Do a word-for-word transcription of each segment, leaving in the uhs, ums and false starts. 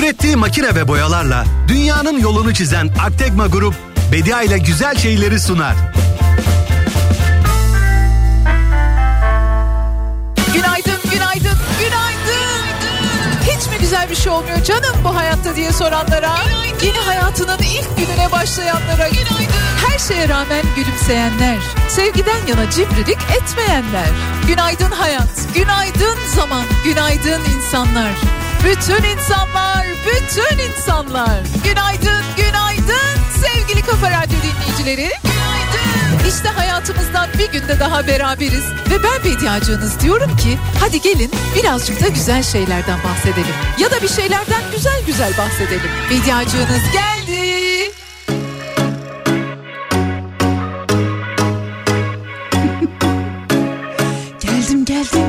Ürettiği makine ve boyalarla dünyanın yolunu çizen Aktekma Grup, Bedia ile güzel şeyleri sunar. Günaydın, günaydın, günaydın. Hiç mi güzel bir şey olmuyor canım bu hayatta diye soranlara, günaydın. Yeni hayatının ilk gününe başlayanlara, günaydın. Her şeye rağmen gülümseyenler, sevgiden yana cimrilik etmeyenler. Günaydın hayat, günaydın zaman, günaydın insanlar. Bütün insanlar, bütün insanlar. Günaydın, günaydın sevgili Kafa Radyo dinleyicileri. Günaydın. İşte hayatımızdan bir günde daha beraberiz. Ve ben Bediacığınız diyorum ki hadi gelin birazcık da güzel şeylerden bahsedelim. Ya da bir şeylerden güzel güzel bahsedelim. Bediacığınız geldi. Geldim, geldim.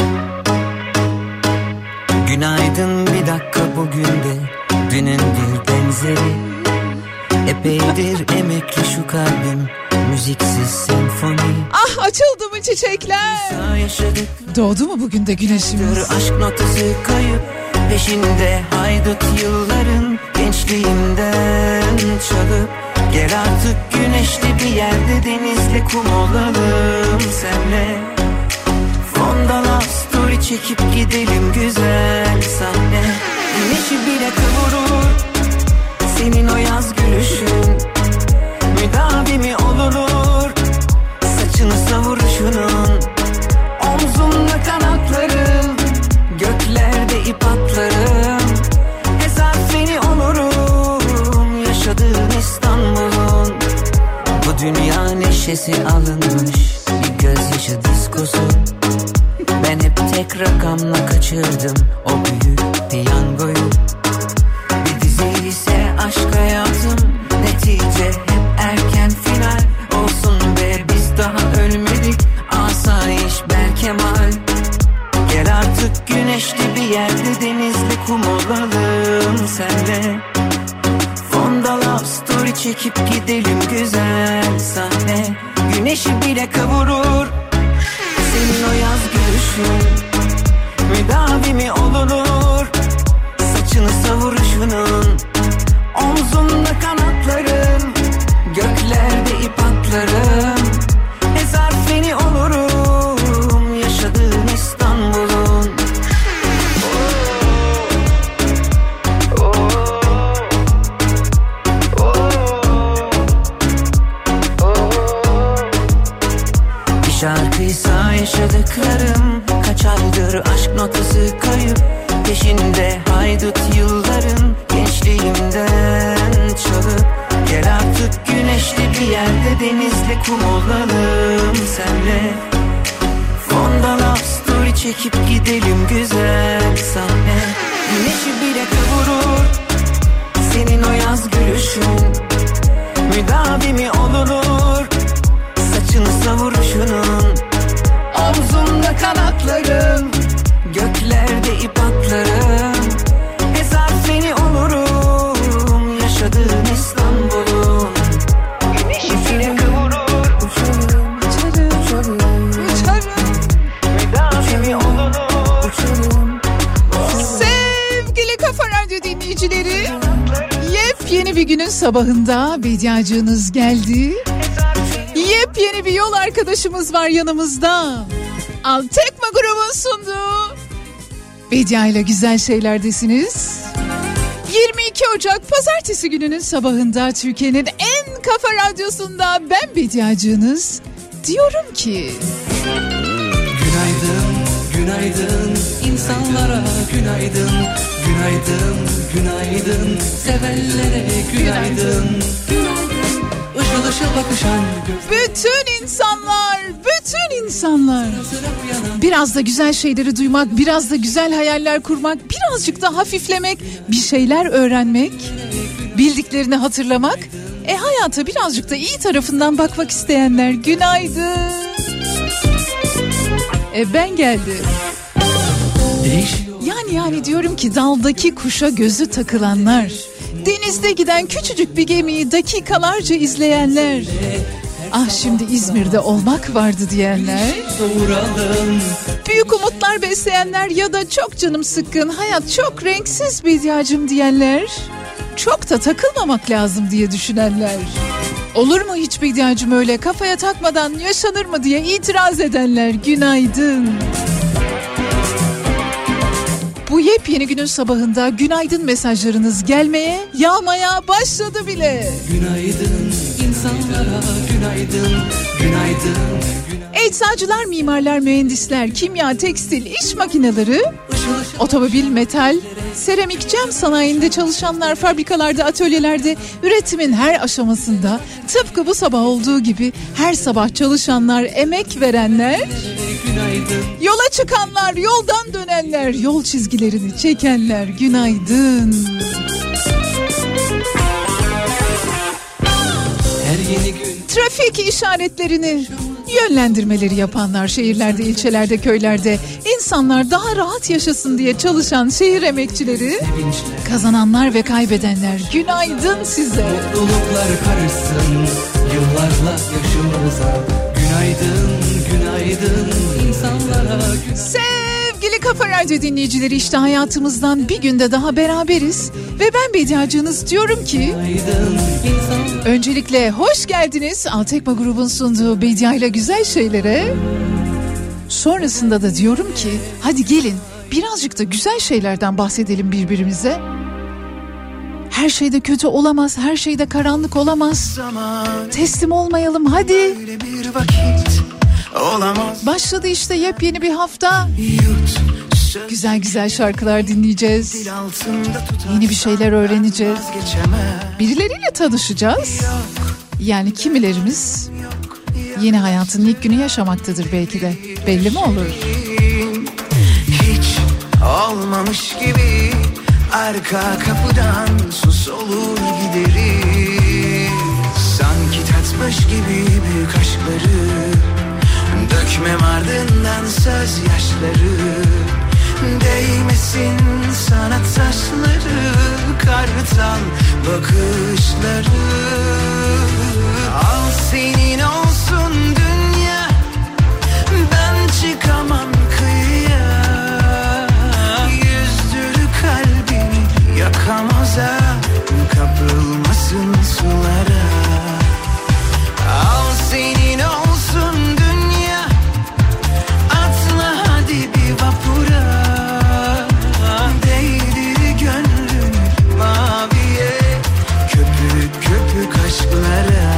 Günaydın, bir dakika bugün de dünün bir benzeri. Epeydir emekli şu kalbim, müziksiz senfoni. Ah, açıldı mı çiçekler? Doğdu mu bugün de güneşimiz? Aşk notası kayıp, peşinde haydut yılların, gençliğimden çalıp. Gel artık güneşli bir yerde, denizle kum olalım senle. Fonda love story çekip gidelim güzel sahne. Güneşi bile kıvırır senin o yaz gülüşün, müdavimi olur saçını savuruşunun. Omzumda kanatlarım, göklerde ip atlarım. Ezafeni olurum yaşadığın İstanbul'un. Bu dünya neşesi alınmış bir gözyaşı diskosu. Ben hep tek rakamla kaçırdım o büyük piyangoyu. Bir dizi ise aşk hayatım, netice hep erken final. Olsun be biz daha ölmedik, asayiş Berkemal. Gel artık güneşli bir yerde, denizli kum olalım senle. Fonda love story çekip gidelim güzel sahne. Güneşi bile kavurur senin o yaz gülüşün, müdavimi olur saçını savuruşunun. Omzumda kanatlarım, göklerde ip atlarım. Ezarfeni olurum yaşadığın İstanbul'un. Bir şarkıysa yaşadıklarım, kaç aydır aşk notası kayıp. Peşinde haydut yılların, gençliğimden çalıp. Gel artık güneşli bir yerde, denizle kum olalım senle. Fonda love story çekip gidelim güzel sahne. Güneşi bile kavurur senin o yaz gülüşün, müdavimi olur saçını savuruşunun. Omzumda kanatlarım, göklerde ip atlarım. Ezarfeni olurum yaşadığın İstanbul'un. Güneşi bile kıvırır, uçarım, uçarım, uçarım. Müdavimi olurum, uçarım. Sevgili Kafa Radyo dinleyicileri, yepyeni bir günün sabahında Bediacığınız geldi. Yepyeni bir yol arkadaşımız var yanımızda. Altekma grubun sunduğu Bedia ile güzel şeylerdesiniz. yirmi iki Ocak Pazartesi gününün sabahında Türkiye'nin en kafa radyosunda ben Bediacığınız diyorum ki günaydın, günaydın insanlara, günaydın, günaydın, günaydın sevenlere, günaydın, günaydın. Işıl ışıl bakışan bütün insanlar, bütün insanlar. Biraz da güzel şeyleri duymak, biraz da güzel hayaller kurmak, birazcık da hafiflemek, bir şeyler öğrenmek, bildiklerini hatırlamak. E hayata birazcık da iyi tarafından bakmak isteyenler, günaydın. E ben geldim. Yani yani diyorum ki daldaki kuşa gözü takılanlar, denizde giden küçücük bir gemiyi dakikalarca izleyenler, Ah şimdi İzmir'de olmak vardı diyenler. Büyük umutlar besleyenler ya da çok canım sıkkın, hayat çok renksiz Bediacığım diyenler. Çok da takılmamak lazım diye düşünenler. Olur mu hiç Bediacığım öyle kafaya takmadan yaşanır mı diye itiraz edenler. Günaydın. Bu yepyeni günün sabahında günaydın mesajlarınız gelmeye, yağmaya başladı bile. Günaydın insanlara, günaydın, günaydın. Eczacılar, mimarlar, mühendisler, kimya, tekstil, iş makineleri, otomobil, metal, seramik, cam sanayinde çalışanlar, fabrikalarda, atölyelerde, üretimin her aşamasında tıpkı bu sabah olduğu gibi her sabah çalışanlar, emek verenler, yola çıkanlar, yoldan dönenler, yol çizgilerini çekenler, günaydın. Her yeni gün Trafik işaretlerini, yönlendirmeleri yapanlar, şehirlerde, ilçelerde, köylerde insanlar daha rahat yaşasın diye çalışan şehir emekçileri, kazananlar ve kaybedenler, günaydın size. mutluluklar karışsın yıllarla yaşımıza. Günaydın, günaydın insanlara, günaydın. Sevgili Kafa Radyo dinleyicileri, işte hayatımızdan bir günde daha beraberiz ve ben Bediacığınız diyorum ki öncelikle hoş geldiniz Altekma grubun sunduğu Bedia ile güzel şeylere. Sonrasında da diyorum ki hadi gelin birazcık da güzel şeylerden bahsedelim birbirimize. Her şeyde kötü olamaz, her şeyde karanlık olamaz. Teslim olmayalım hadi. Başladı işte yepyeni bir hafta. Güzel güzel şarkılar dinleyeceğiz. Yeni bir şeyler öğreneceğiz. Birileriyle tanışacağız. Yani kimilerimiz yeni hayatın ilk günü yaşamaktadır belki de. Belli mi olur? Hiç olmamış gibi arka kapıdan sus olur gideriz. Sanki tatmış gibi büyük aşkları dökmem ardından söz yaşları. Değmesin sana taşları, kartal bakışları. Al senin olsun dünya, ben çıkamam kıyıya. Yüzdür kalbimi yakamoza, kapılmasın sulara. Al senin olsun dünya, atla hadi bir vapura. Değdir gönlüm maviye, köpük köpük aşklara.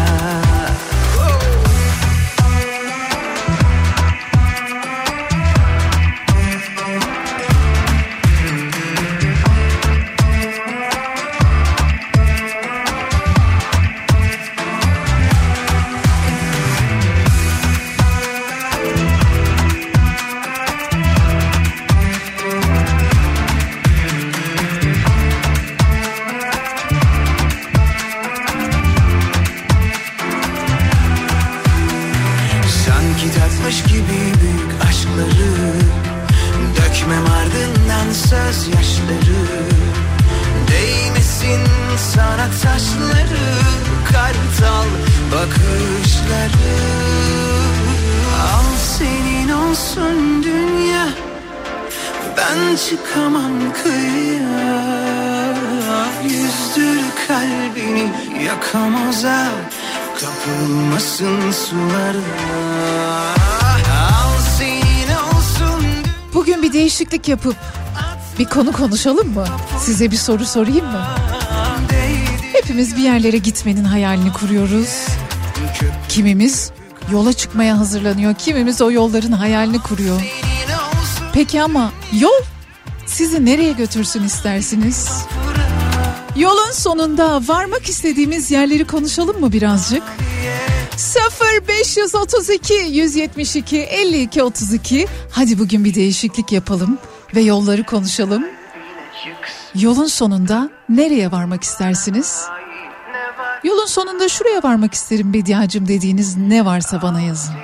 Söz yaşları değmesin sana taşları, kartal bakışları. Al senin olsun dünya, ben çıkamam kıyıya. Yüzdür kalbini yakamoza, kapılmasın sulara. Al senin olsun. Bugün bir değişiklik yapıp bir konu konuşalım mı? Size bir soru sorayım mı? Hepimiz bir yerlere gitmenin hayalini kuruyoruz. Kimimiz yola çıkmaya hazırlanıyor, kimimiz o yolların hayalini kuruyor. Peki ama yol sizi nereye götürsün istersiniz? Yolun sonunda varmak istediğimiz yerleri konuşalım mı birazcık? sıfır beş otuz iki yüz yetmiş iki elli iki otuz iki. Hadi bugün bir değişiklik yapalım ve yolları konuşalım. Yolun sonunda nereye varmak istersiniz? Yolun sonunda şuraya varmak isterim Bediacığım dediğiniz ne varsa bana yazın.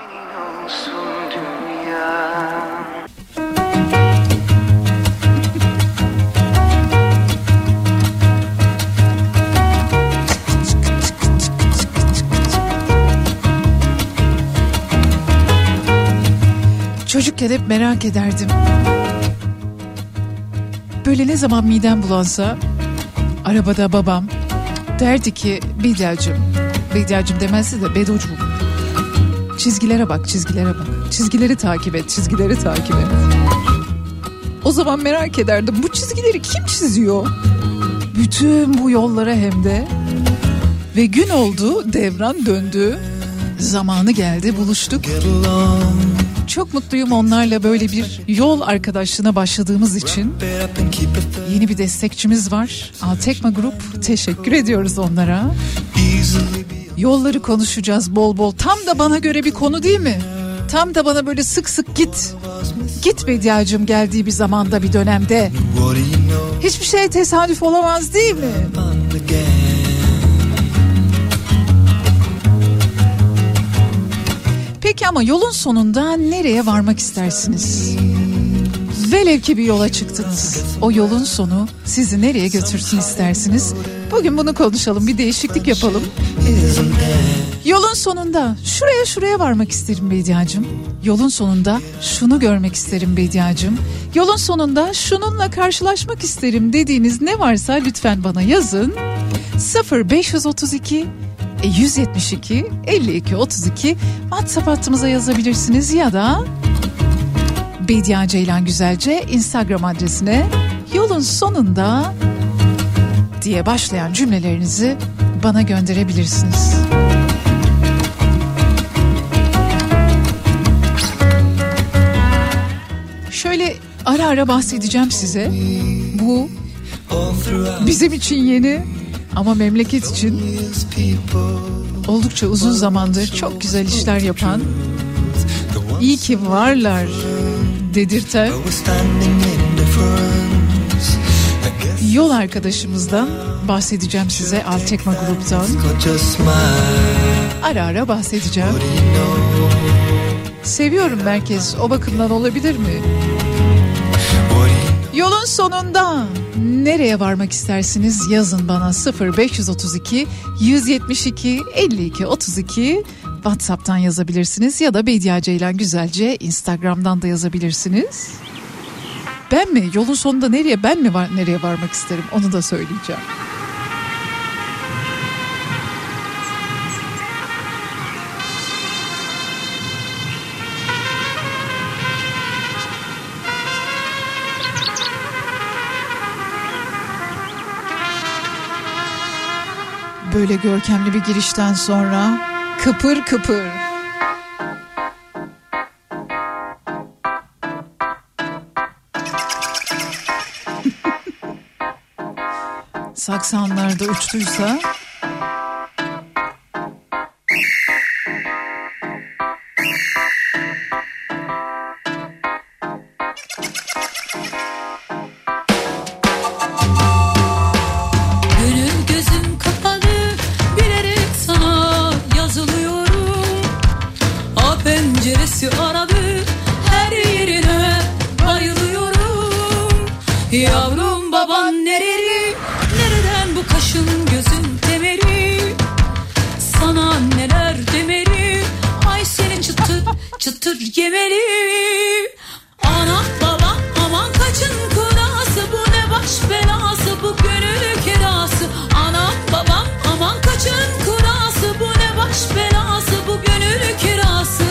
Çocukken hep merak ederdim. Böyle ne zaman midem bulansa arabada babam derdi ki Bediacığım, Bediacığım demezse de Bedocuğum, çizgilere bak, çizgilere bak, çizgileri takip et, çizgileri takip et. O zaman merak ederdim, bu çizgileri kim çiziyor? Bütün bu yollara hem de. Ve gün oldu, devran döndü, zamanı geldi, buluştuk. Çok mutluyum onlarla böyle bir yol arkadaşlığına başladığımız için. Yeni bir destekçimiz var, Altekma Grup. Teşekkür ediyoruz onlara. Yolları konuşacağız bol bol. Tam da bana göre bir konu değil mi? Tam da bana böyle sık sık git. Git Bediacığım geldiği bir zamanda, bir dönemde. Hiçbir şey tesadüf olamaz değil mi? Peki ama yolun sonunda nereye varmak istersiniz? Velev ki bir yola çıktınız. O yolun sonu sizi nereye götürsün istersiniz? Bugün bunu konuşalım, bir değişiklik yapalım. Yolun sonunda şuraya şuraya varmak isterim Bediacığım. Yolun sonunda şunu görmek isterim Bediacığım. Yolun sonunda şununla karşılaşmak isterim dediğiniz ne varsa lütfen bana yazın. sıfır beş otuz iki yüz yetmiş iki elli iki otuz iki WhatsApp hattımıza yazabilirsiniz ya da Bedia Ceylan Güzelce Instagram adresine yolun sonunda diye başlayan cümlelerinizi bana gönderebilirsiniz. Şöyle ara ara bahsedeceğim size. Bu bizim için yeni ama memleket için oldukça uzun zamandır çok güzel işler yapan, iyi ki varlar dedirten yol arkadaşımızdan bahsedeceğim size, Altekma Grup'tan. Ara ara bahsedeceğim. Seviyorum merkez, o bakımdan olabilir mi? Yolun sonunda nereye varmak istersiniz? Yazın bana sıfır beş otuz iki yüz yetmiş iki elli iki otuz iki WhatsApp'tan yazabilirsiniz ya da Bedia Ceylan Güzelce Instagram'dan da yazabilirsiniz. Ben mi? Yolun sonunda nereye ben mi var nereye varmak isterim? Onu da söyleyeceğim. Böyle görkemli bir girişten sonra kıpır kıpır. Saksanlarda uçtuysa yavrum baban nereli, nereden bu kaşın gözün temeri, sana neler demeli, ay senin çıtır çıtır yemeli. Anam babam aman kaçın kurası, bu ne baş belası, bu gönül kerası. Anam babam aman kaçın kurası, bu ne baş belası, bu gönül kerası.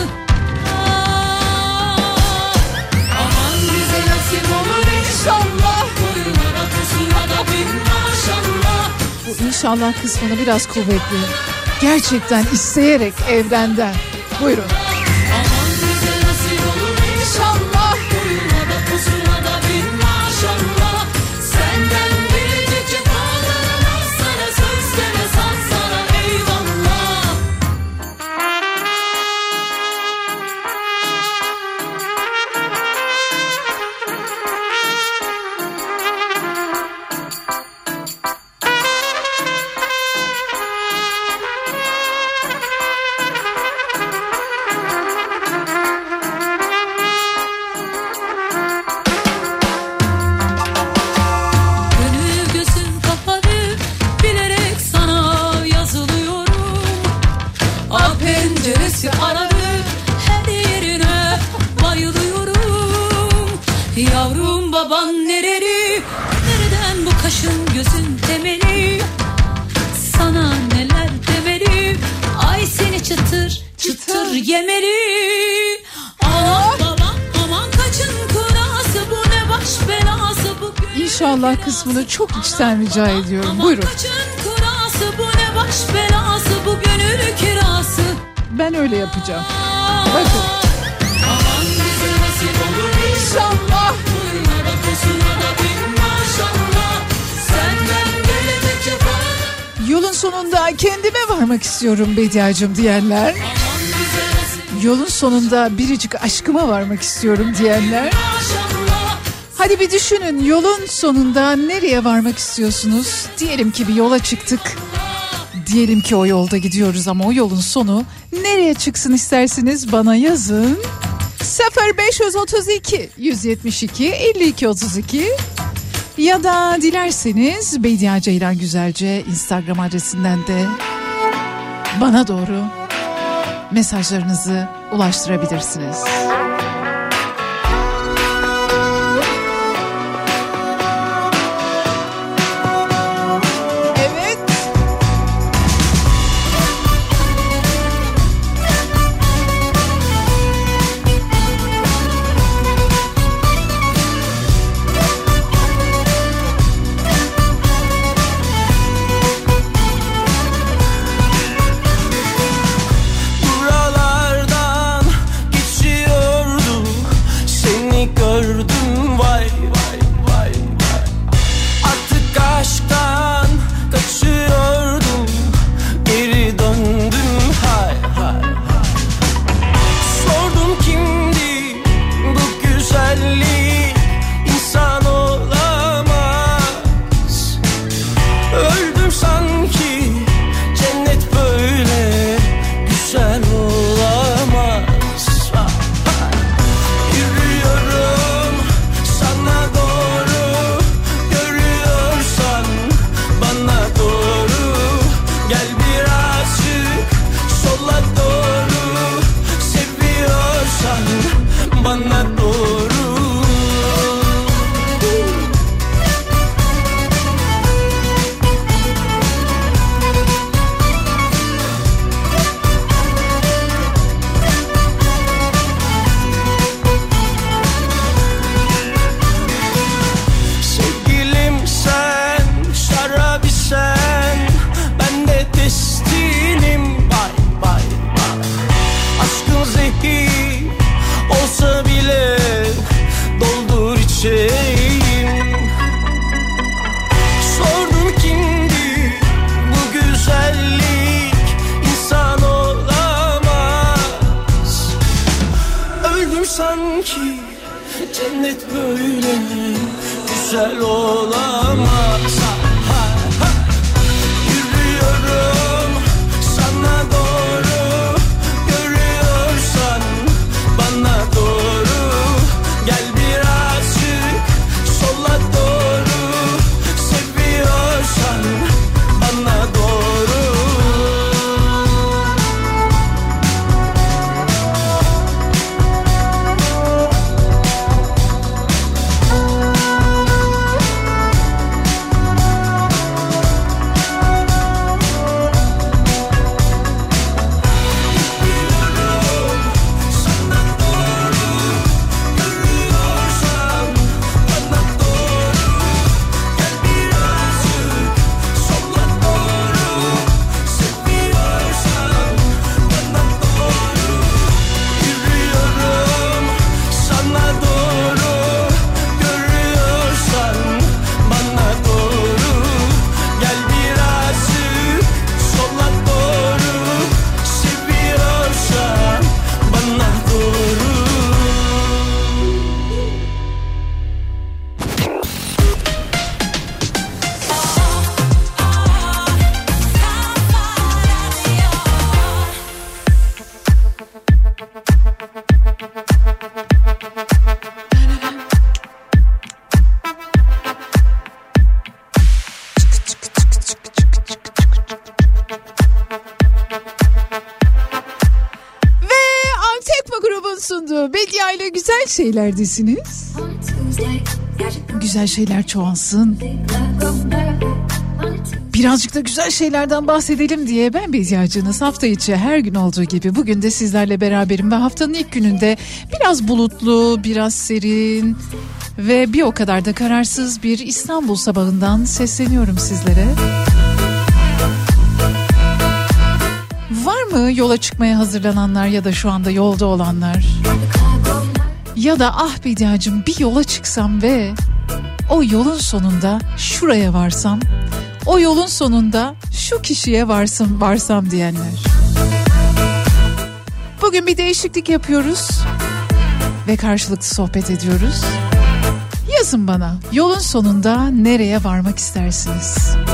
Aman bize nasip olur inşallah, boyuna kusura da bin maşallah. Bu inşallah kısmını biraz kuvvetli. Gerçekten isteyerek evrenden. Buyurun. Aman bize nasip olur inşallah, boyuna da kusura da bin maşallah. Senden biricik ağlarına, sana sözlere sat sana eyvallah. gözün temeli. Sana neler demeli, ay seni çıtır çıtır yemeli. Aman baban aman kaçın kurası, bu ne baş belası bu. İnşallah kısmını çok içten rica ediyorum. Aman Buyurun. kaçın kurası, bu ne baş belası bu gönül kirası. Ben öyle yapacağım. Bakın. Aman bize nasip olur İnşallah. Buyurma da kusura da bin maşallah. Senden gelecek cefa. Yolun sonunda kendime varmak istiyorum Bediacığım diyenler. Yolun sonunda biricik aşkıma varmak istiyorum diyenler. Hadi bir düşünün, yolun sonunda nereye varmak istiyorsunuz? Diyelim ki bir yola çıktık. Diyelim ki o yolda gidiyoruz ama o yolun sonu nereye çıksın isterseniz bana yazın. sıfır beş otuz iki yüz yetmiş iki elli iki otuz iki ya da dilerseniz Bediye Ceylan Güzelce Instagram adresinden de bana doğru mesajlarınızı ulaştırabilirsiniz. Bediye ile güzel şeylerdesiniz. Güzel şeyler çoğalsın. Birazcık da güzel şeylerden bahsedelim diye ben Bediacınız hafta içi her gün olduğu gibi bugün de sizlerle beraberim ve haftanın ilk gününde biraz bulutlu, biraz serin ve bir o kadar da kararsız bir İstanbul sabahından sesleniyorum sizlere. Var mı yola çıkmaya hazırlananlar ya da şu anda yolda olanlar? Ya da ah Bediacım bir yola çıksam ve o yolun sonunda şuraya varsam, o yolun sonunda şu kişiye varsam, varsam diyenler. Bugün bir değişiklik yapıyoruz ve karşılıklı sohbet ediyoruz. Yazın bana, yolun sonunda nereye varmak istersiniz?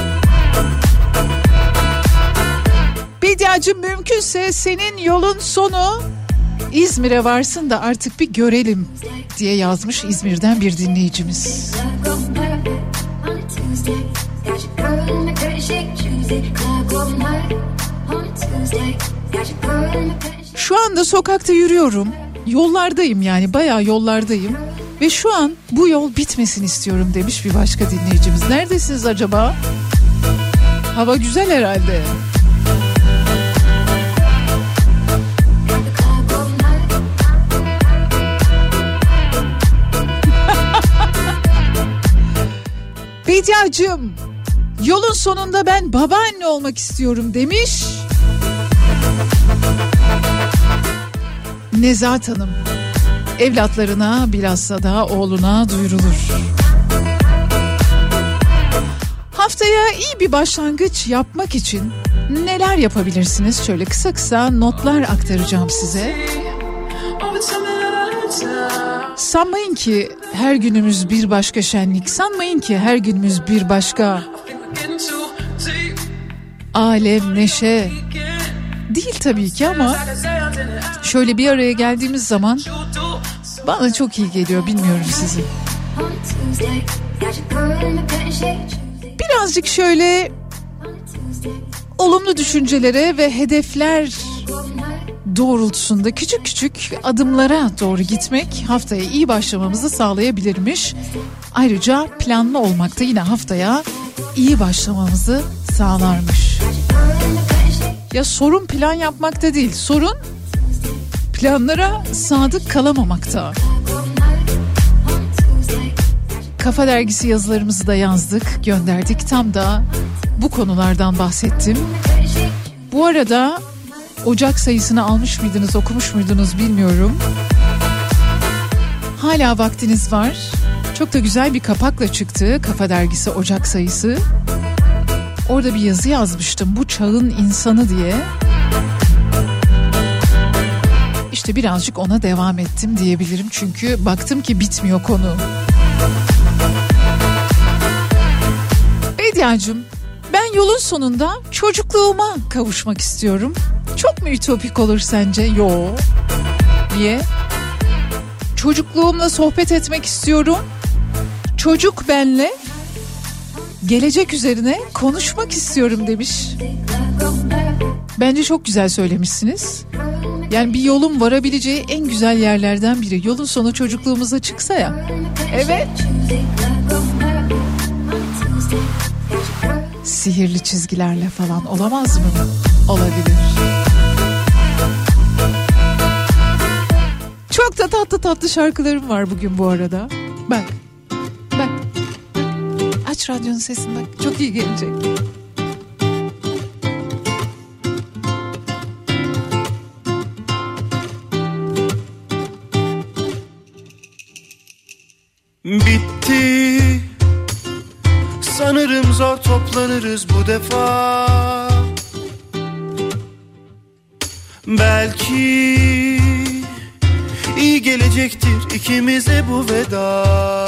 Bediacım mümkünse senin yolun sonu İzmir'e varsın da artık bir görelim diye yazmış İzmir'den bir dinleyicimiz. Şu anda sokakta yürüyorum. Yollardayım yani bayağı yollardayım. Ve şu an bu yol bitmesin istiyorum demiş bir başka dinleyicimiz. Neredesiniz acaba? Hava güzel herhalde. Bediacığım, yolun sonunda ben babaanne olmak istiyorum demiş Nezahat Hanım. Evlatlarına bilhassa da oğluna duyurulur. Haftaya iyi bir başlangıç yapmak için neler yapabilirsiniz? Şöyle kısa kısa notlar aktaracağım size. Sanmayın ki her günümüz bir başka şenlik. Sanmayın ki her günümüz bir başka alem, neşe. Değil tabii ki ama şöyle bir araya geldiğimiz zaman bana çok iyi geliyor, bilmiyorum sizi. Birazcık şöyle olumlu düşüncelere ve hedefler doğrultusunda küçük küçük adımlara doğru gitmek haftaya iyi başlamamızı sağlayabilirmiş. Ayrıca planlı olmak da yine haftaya iyi başlamamızı sağlarmış. Ya sorun plan yapmakta değil, sorun planlara sadık kalamamakta. Kafa Dergisi yazılarımızı da yazdık, gönderdik. Tam da bu konulardan bahsettim. Bu arada Ocak sayısını almış mıydınız, okumuş muydunuz bilmiyorum. Hala vaktiniz var. Çok da güzel bir kapakla çıktı Kafa Dergisi Ocak sayısı. Orada bir yazı yazmıştım, bu çağın insanı diye. İşte birazcık ona devam ettim diyebilirim. Çünkü baktım ki bitmiyor konu. Bediacığım, ben yolun sonunda çocukluğuma kavuşmak istiyorum. Çok mu ütopik olur sence? Yo. Niye? Çocukluğumla sohbet etmek istiyorum. Çocuk benle gelecek üzerine konuşmak istiyorum demiş. Bence çok güzel söylemişsiniz. Yani bir yolun varabileceği en güzel yerlerden biri. Yolun sonu çocukluğumuza çıksa ya. Evet. Sihirli çizgilerle falan olamaz mı? Olabilir. Çok da tatlı tatlı şarkılarım var bugün bu arada. Bak. Bak. Aç radyonun sesini bak. Çok iyi gelecek. Bitti. Sanırım zor toplanırız bu defa. Belki iyi gelecektir ikimize bu veda.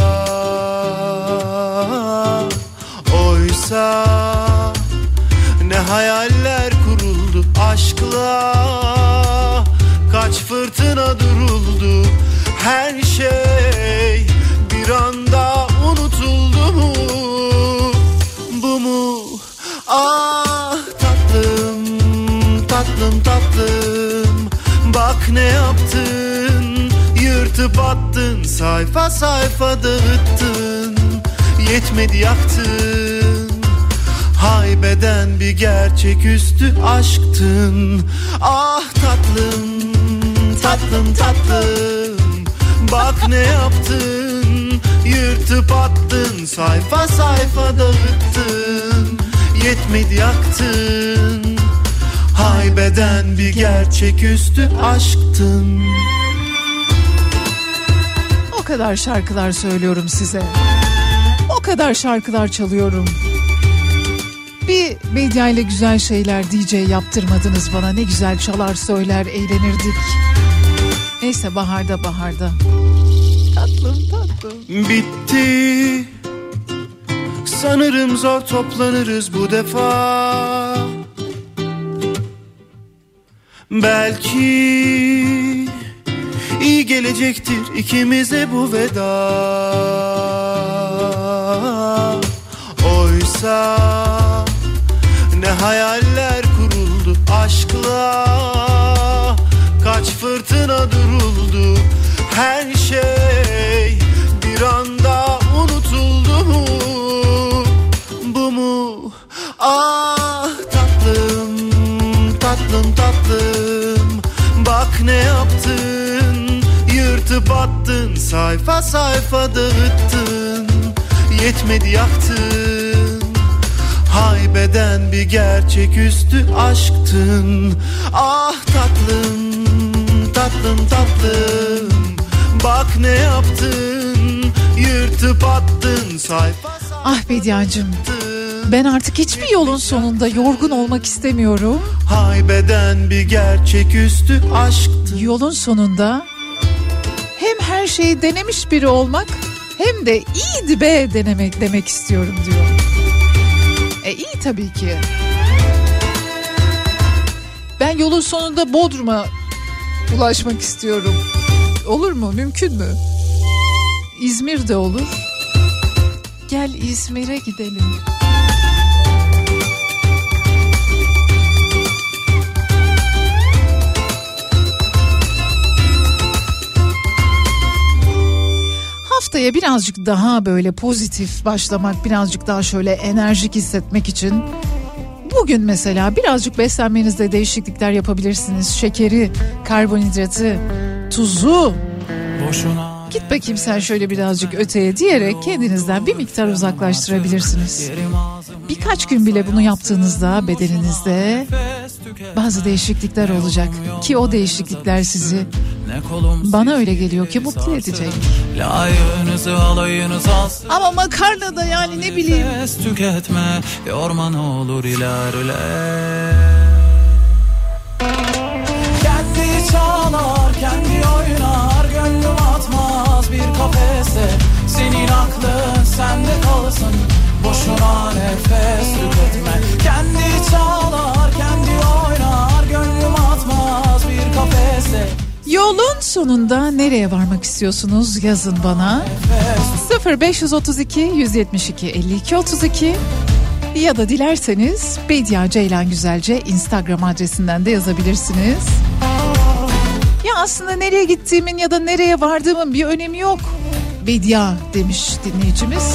Oysa ne hayaller kuruldu aşkla, kaç fırtına duruldu, her şey bir anda unutuldu mu? Bu mu? Ah tatlım, tatlım tatlım, bak ne yaptın, yırttın Yırtıp attın, sayfa sayfa dağıttın, yetmedi yaktın. Haybeden bir gerçeküstü aşktın. Ah tatlım, tatlım tatlım, bak ne yaptın. Yırtıp attın, sayfa sayfa dağıttın, yetmedi yaktın. Haybeden bir gerçeküstü aşktın. O kadar şarkılar söylüyorum size, o kadar şarkılar çalıyorum. Bir Medya ile güzel şeyler D J yaptırmadınız bana. Ne güzel çalar söyler eğlenirdik. Neyse baharda baharda. Tatlım tatlım. Bitti. Sanırım zor toplanırız bu defa. Belki iyi gelecektir ikimize bu veda. Oysa ne hayaller kuruldu aşkla, kaç fırtına duruldu, her şey bir anda unutuldu mu? Bu mu? Ah tatlım, tatlım tatlım, bak ne yaptın. Yırtıp attın, sayfa sayfa dağıttın, yetmedi yaktın. Haybeden bir gerçeküstü aşktın. Ah tatlım, tatlım tatlım, bak ne yaptın. Yırtıp attın, sayfa sayfa. Ah Bediacığım, ben artık hiçbir yolun sonunda yorgun olmak istemiyorum. Haybeden bir gerçeküstü aşktın. Yolun sonunda hem her şeyi denemiş biri olmak, hem de iyiydi be denemek demek istiyorum diyor. E iyi tabii ki. Ben yolun sonunda Bodrum'a ulaşmak istiyorum. Olur mu? Mümkün mü? İzmir de olur. Gel İzmir'e gidelim. Haftaya birazcık daha böyle pozitif başlamak, birazcık daha şöyle enerjik hissetmek için bugün mesela birazcık beslenmenizde değişiklikler yapabilirsiniz. Şekeri, karbonhidratı, tuzu. Git bakayım sen şöyle birazcık öteye diyerek kendinizden bir miktar uzaklaştırabilirsiniz. Birkaç gün bile bunu yaptığınızda bedeninizde bazı değişiklikler olacak ki o değişiklikler sizi, bana öyle geliyor ki, mutlu edecek. Ama makarna da yani ne bileyim. Tüketme, yorma ne olur ilerle. Kendi çalar, kendi oynar, gönlüm atmaz bir kafese. Senin aklın sende kalsın, boşuna nefes tüketme. Kendi çalar, kendi oynar, gönlüm atmaz bir kafese. Yolun sonunda nereye varmak istiyorsunuz? Yazın bana. sıfır beş otuz iki yüz yetmiş iki elli iki otuz iki ya da dilerseniz Bedia Ceylan Güzelce Instagram adresinden de yazabilirsiniz. Ya aslında nereye gittiğimin ya da nereye vardığımın bir önemi yok. Bedia demiş dinleyicimiz.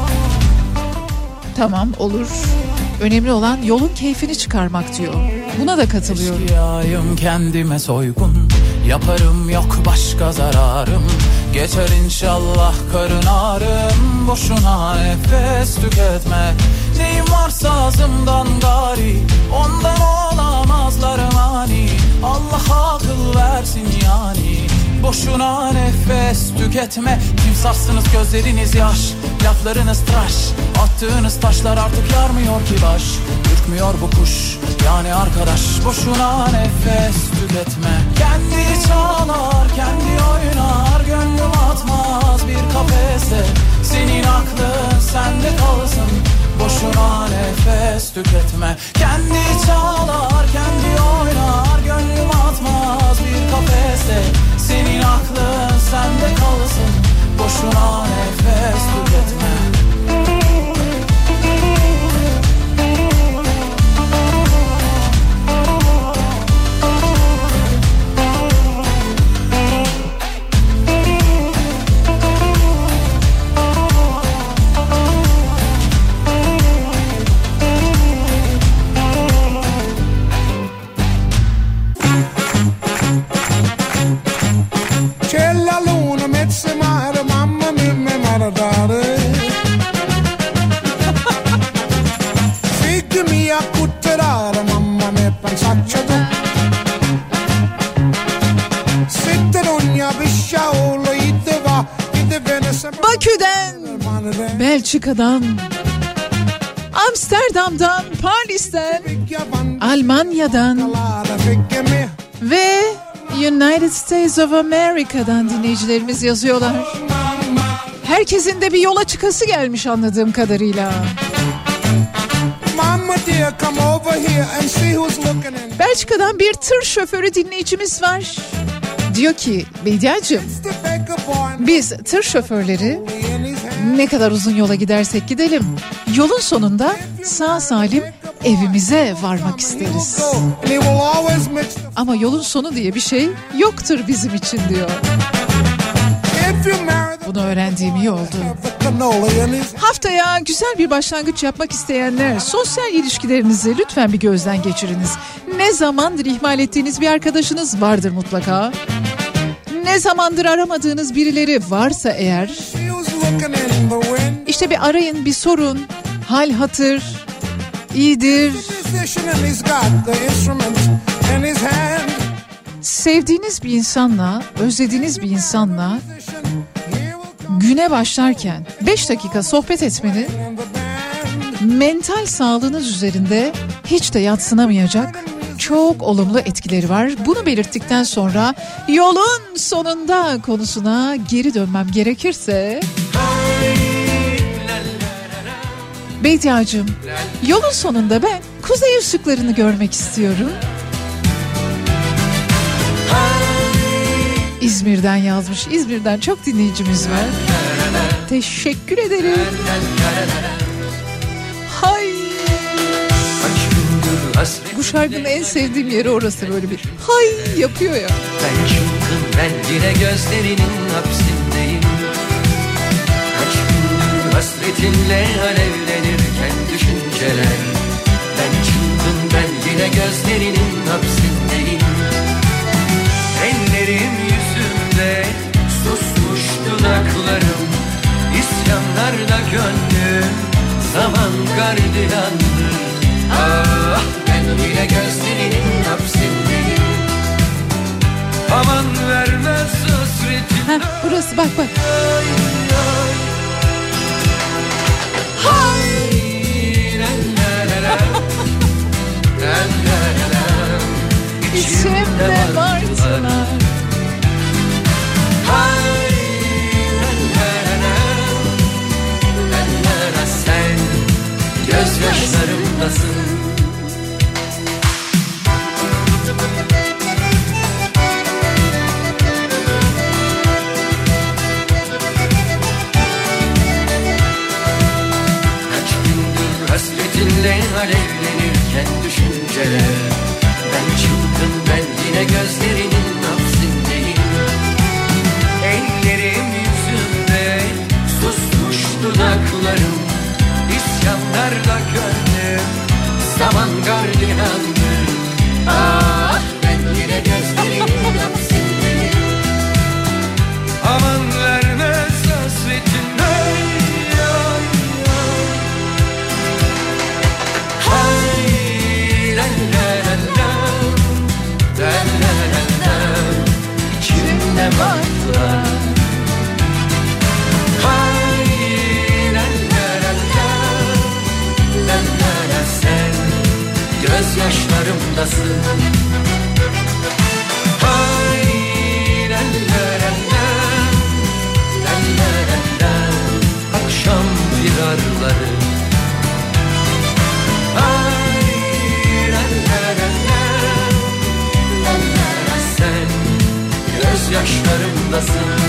Tamam, olur. Önemli olan yolun keyfini çıkarmak diyor. Buna da katılıyorum. Eşkıyayım, kendime soygun yaparım, yok başka zararım. Geçer inşallah karın ağrım, boşuna nefes tüketme. Neyim varsa ağzımdan gari, ondan olamazlar mani. Allah akıl versin yani, boşuna nefes tüketme. Timsahsınız gözleriniz yaş, laflarınız tıraş. Attığınız taşlar artık yarmıyor ki baş. Ürkmüyor bu kuş yani arkadaş, boşuna nefes tüketme. Kendi çalar, kendi oynar, gönlüm atmaz bir kafese. Senin aklın sende kalsın, boşuna nefes tüketme. Kendi çalar, kendi oynar, gönlüm atmaz bir kafese. Senin aklın sende kalsın, boşuna nefes tüketme. Belçika'dan, Amsterdam'dan, Paris'ten, Almanya'dan ve United States of America'dan dinleyicilerimiz yazıyorlar. Herkesin de bir yola çıkası gelmiş anladığım kadarıyla. Belçika'dan bir tır şoförü dinleyicimiz var. Diyor ki Bediacığım, biz tır şoförleri ne kadar uzun yola gidersek gidelim, yolun sonunda sağ salim evimize varmak isteriz. Ama yolun sonu diye bir şey yoktur bizim için diyor. Bunu öğrendiğim iyi oldu. Haftaya güzel bir başlangıç yapmak isteyenler sosyal ilişkilerinizi lütfen bir gözden geçiriniz. Ne zamandır ihmal ettiğiniz bir arkadaşınız vardır mutlaka. Ne zamandır aramadığınız birileri varsa eğer, işte bir arayın, bir sorun, hal hatır, iyidir. Sevdiğiniz bir insanla, özlediğiniz bir insanla güne başlarken beş dakika sohbet etmenin mental sağlığınız üzerinde hiç de yadsınamayacak çok olumlu etkileri var. Bunu belirttikten sonra yolun sonunda konusuna geri dönmem gerekirse, Bediacığım, yolun sonunda ben kuzey ışıklarını görmek istiyorum. İzmir'den yazmış. İzmir'den çok dinleyicimiz var. Teşekkür ederim. Hay. Bu şarkının en sevdiğim yeri orası, böyle bir hay yapıyor ya. Ben çılgın, ben yine gözlerinin hapsindeyim. Kaç gündür hasretinle alevlenirken düşünceler. Ben çılgın, ben yine gözlerinin hapsindeyim. Ellerim yüzümde, susmuş dudaklarım, İsyanlarda gönlüm, zaman gardiyandır. Ah, ben yine gözlerinin hapsindeyim. Aman vermez hasretim. Heh, burası bak bak. Ay, ay. Hay, la, la, la, la. La, la, la, la. İçimde martılar. Hay, la, la, la, la, la, la. Sen gözyaşlarımdasın. Kaç gündür hasretinle alevlenirken düşünceler. Ben çılgın, ben yine gözlerinin hapsindeyim. Ellerim yüzümde, susmuş dudaklarım, İsyanlarda gönlüm, zaman gardiyandır. Ah, ben yine gözlerinin hapsindeyim. Aman vermez hasretin. Ay, ay, ay. Hay, la, la, la, la. La, la, la, la. İçimde martılar. Hay, la, la, la, la. La, la, la. Sen gözyaşlarımdasın. Hay, la, la, la, la. La, la, la, la. Akşam firarları. Ay, la, la, la, la. La, la, la. Sen gözyaşlarımdasın.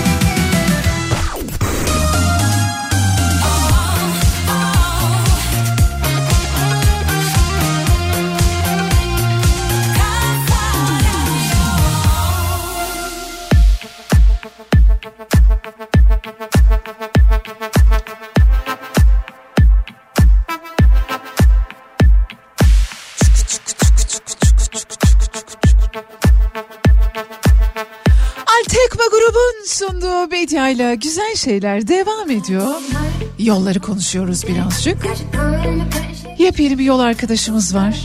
Altekma grubun sunduğu Bedia'yla güzel şeyler devam ediyor. Yolları konuşuyoruz birazcık. Yepyeni bir yol arkadaşımız var.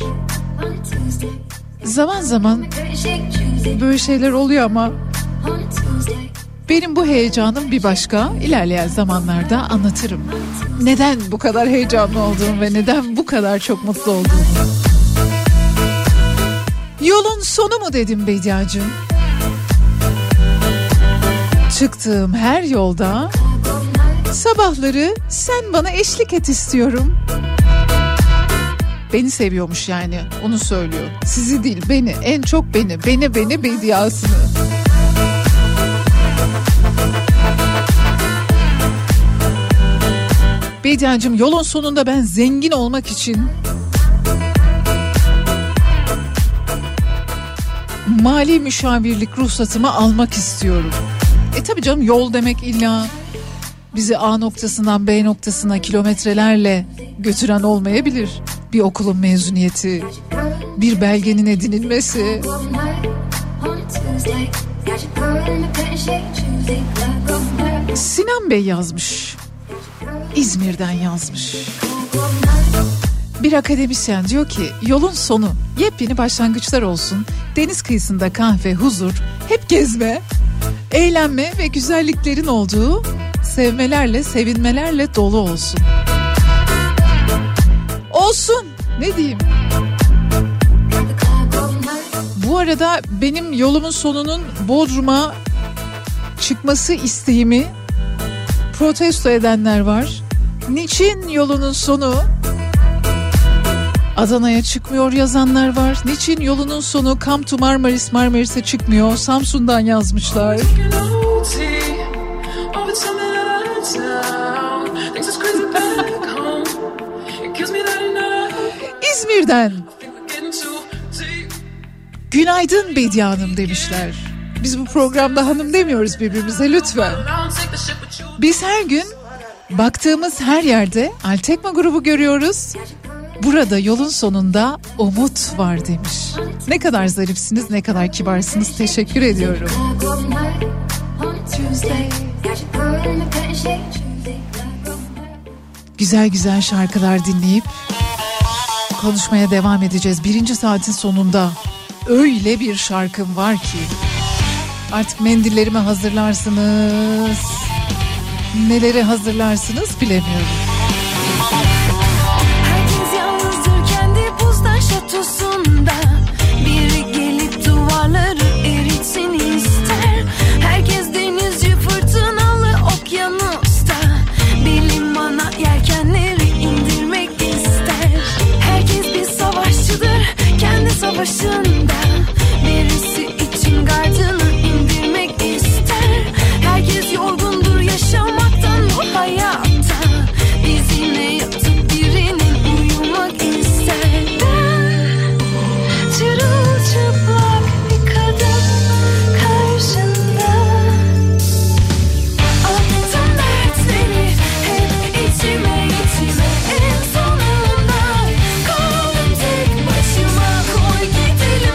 Zaman zaman böyle şeyler oluyor ama Benim bu heyecanım bir başka. İlerleyen zamanlarda anlatırım. Neden bu kadar heyecanlı olduğumu ve neden bu kadar çok mutlu olduğumu. Yolun sonu mu dedim Bediacığım. Çıktığım her yolda sabahları sen bana eşlik et istiyorum. Beni seviyormuş yani, onu söylüyor. Sizi değil, beni, en çok beni, beni beni Bediasını. Bediacığım, yolun sonunda ben zengin olmak için mali müşavirlik ruhsatımı almak istiyorum. E tabii canım, yol demek illa bizi A noktasından B noktasına kilometrelerle götüren olmayabilir. Bir okulun mezuniyeti, bir belgenin edinilmesi. Sinan Bey yazmış. İzmir'den yazmış. Bir akademisyen diyor ki yolun sonu yepyeni başlangıçlar olsun. Deniz kıyısında kahve, huzur, hep gezme, eğlenme ve güzelliklerin olduğu, sevmelerle, sevinmelerle dolu olsun. Olsun, ne diyeyim? Bu arada benim yolumun sonunun Bodrum'a çıkması isteğimi protesto edenler var. Niçin yolunun sonu Adana'ya çıkmıyor yazanlar var. Niçin yolunun sonu Come to Marmaris, Marmaris'e çıkmıyor? Samsun'dan yazmışlar. İzmir'den günaydın Bediye Hanım demişler. Biz bu programda hanım demiyoruz birbirimize lütfen. Biz her gün baktığımız her yerde Altekma grubu görüyoruz. Burada yolun sonunda umut var demiş. Ne kadar zarifsiniz, ne kadar kibarsınız. Teşekkür ediyorum. Güzel güzel şarkılar dinleyip konuşmaya devam edeceğiz. Birinci saatin sonunda öyle bir şarkım var ki artık mendillerimi hazırlarsınız, neleri hazırlarsınız bilemiyorum. Herkes yalnızdır kendi buzdan şatosunda. Biri gelip duvarları eritsin ister. Herkes denizci fırtınalı okyanusta. Bir limana yelkenleri indirmek ister. Herkes bir savaşçıdır kendi savaşında. Birisi için gardını indirmek ister. Herkes yorgundur yaşamaktan bu hayatta. Biz yine yatıp birinin uyumak ister. Ben çırılçıplak bir kadın karşında. Attım dertleri hep içime içime. En sonunda kaldım tek başıma. Koy gidelim.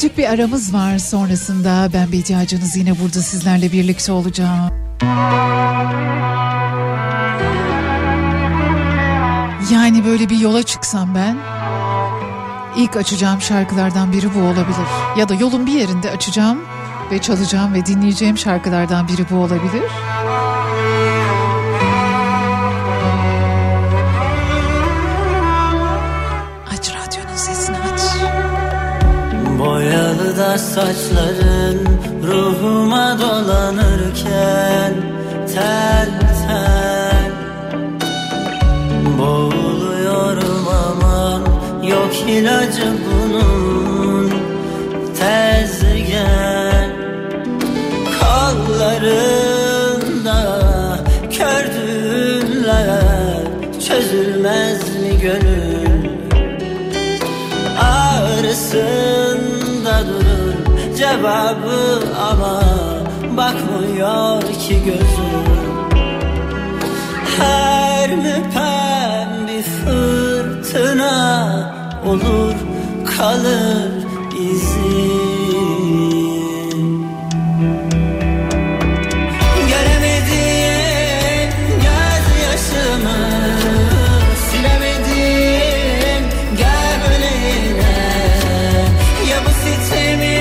Küçücük bir aramız var, sonrasında ben Bediye Acanız yine burada sizlerle birlikte olacağım. Yani böyle bir yola çıksam ben, ilk açacağım şarkılardan biri bu olabilir. Ya da yolun bir yerinde açacağım ve çalacağım ve dinleyeceğim şarkılardan biri bu olabilir. Aç radyonun sesini, aç. Boyalı da saçların ruhuma dolanırken tel tel boğuluyorum aman, yok ilacı bunun, tez gel. Kollarında kördüğünler çözülmez mi gönül, ağrısında durur cevabı ama bakmıyor ki gözüm. Her müpem bir fırtına olur, kalır izin. Göremediğim gözyaşımı silemedim, gel böyleyine. Ya bu sitemi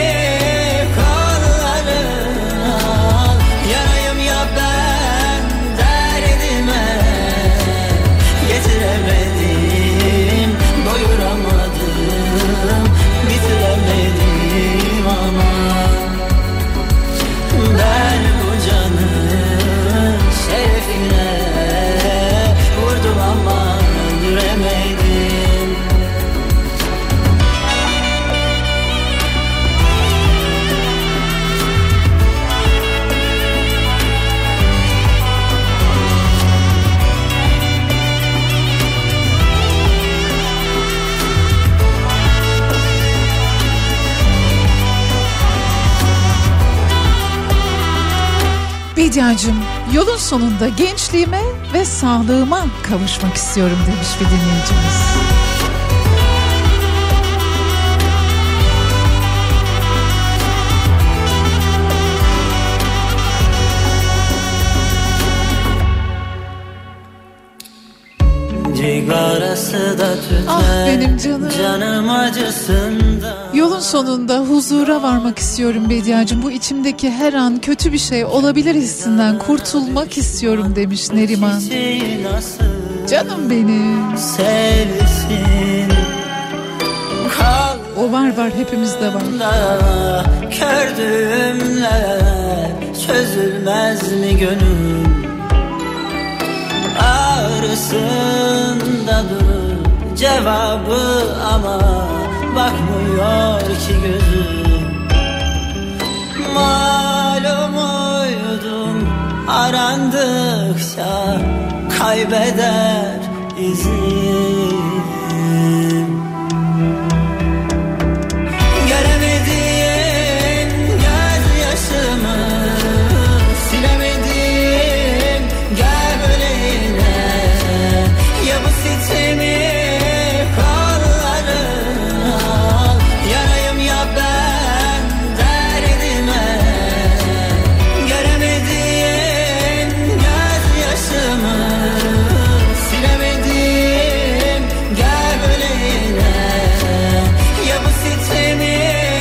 kollarına al, yanayım ya ben derdime. Getiremedim, doyuramadım, bitiremedim ama ben bu canın şerefine vurdum ama öldüremedim. Bediacığım, yolun sonunda gençliğime ve sağlığıma kavuşmak istiyorum demiş bir dinleyicimiz. Cigarası da tüter, Ah benim canım. Canım acısında. Yolun sonunda huzura varmak istiyorum Bediacığım. Bu içimdeki her an kötü bir şey olabilir hissinden kurtulmak istiyorum demiş Neriman. Canım benim. Sevsin. O var var, hepimizde var. Kördüğümler çözülmez mi gönül, ağrısında durur cevabı ama bakmıyor ki gözüm. Malum uydum arandıkça kaybeder izim. Göremediğim gözyaşımı silemedim, gel böyleyine. Ya bu sitemi kollarına al, yanayım ya ben derdime. Göremediğim gözyaşımı silemedim, gel böyleyine. Ya bu sitemi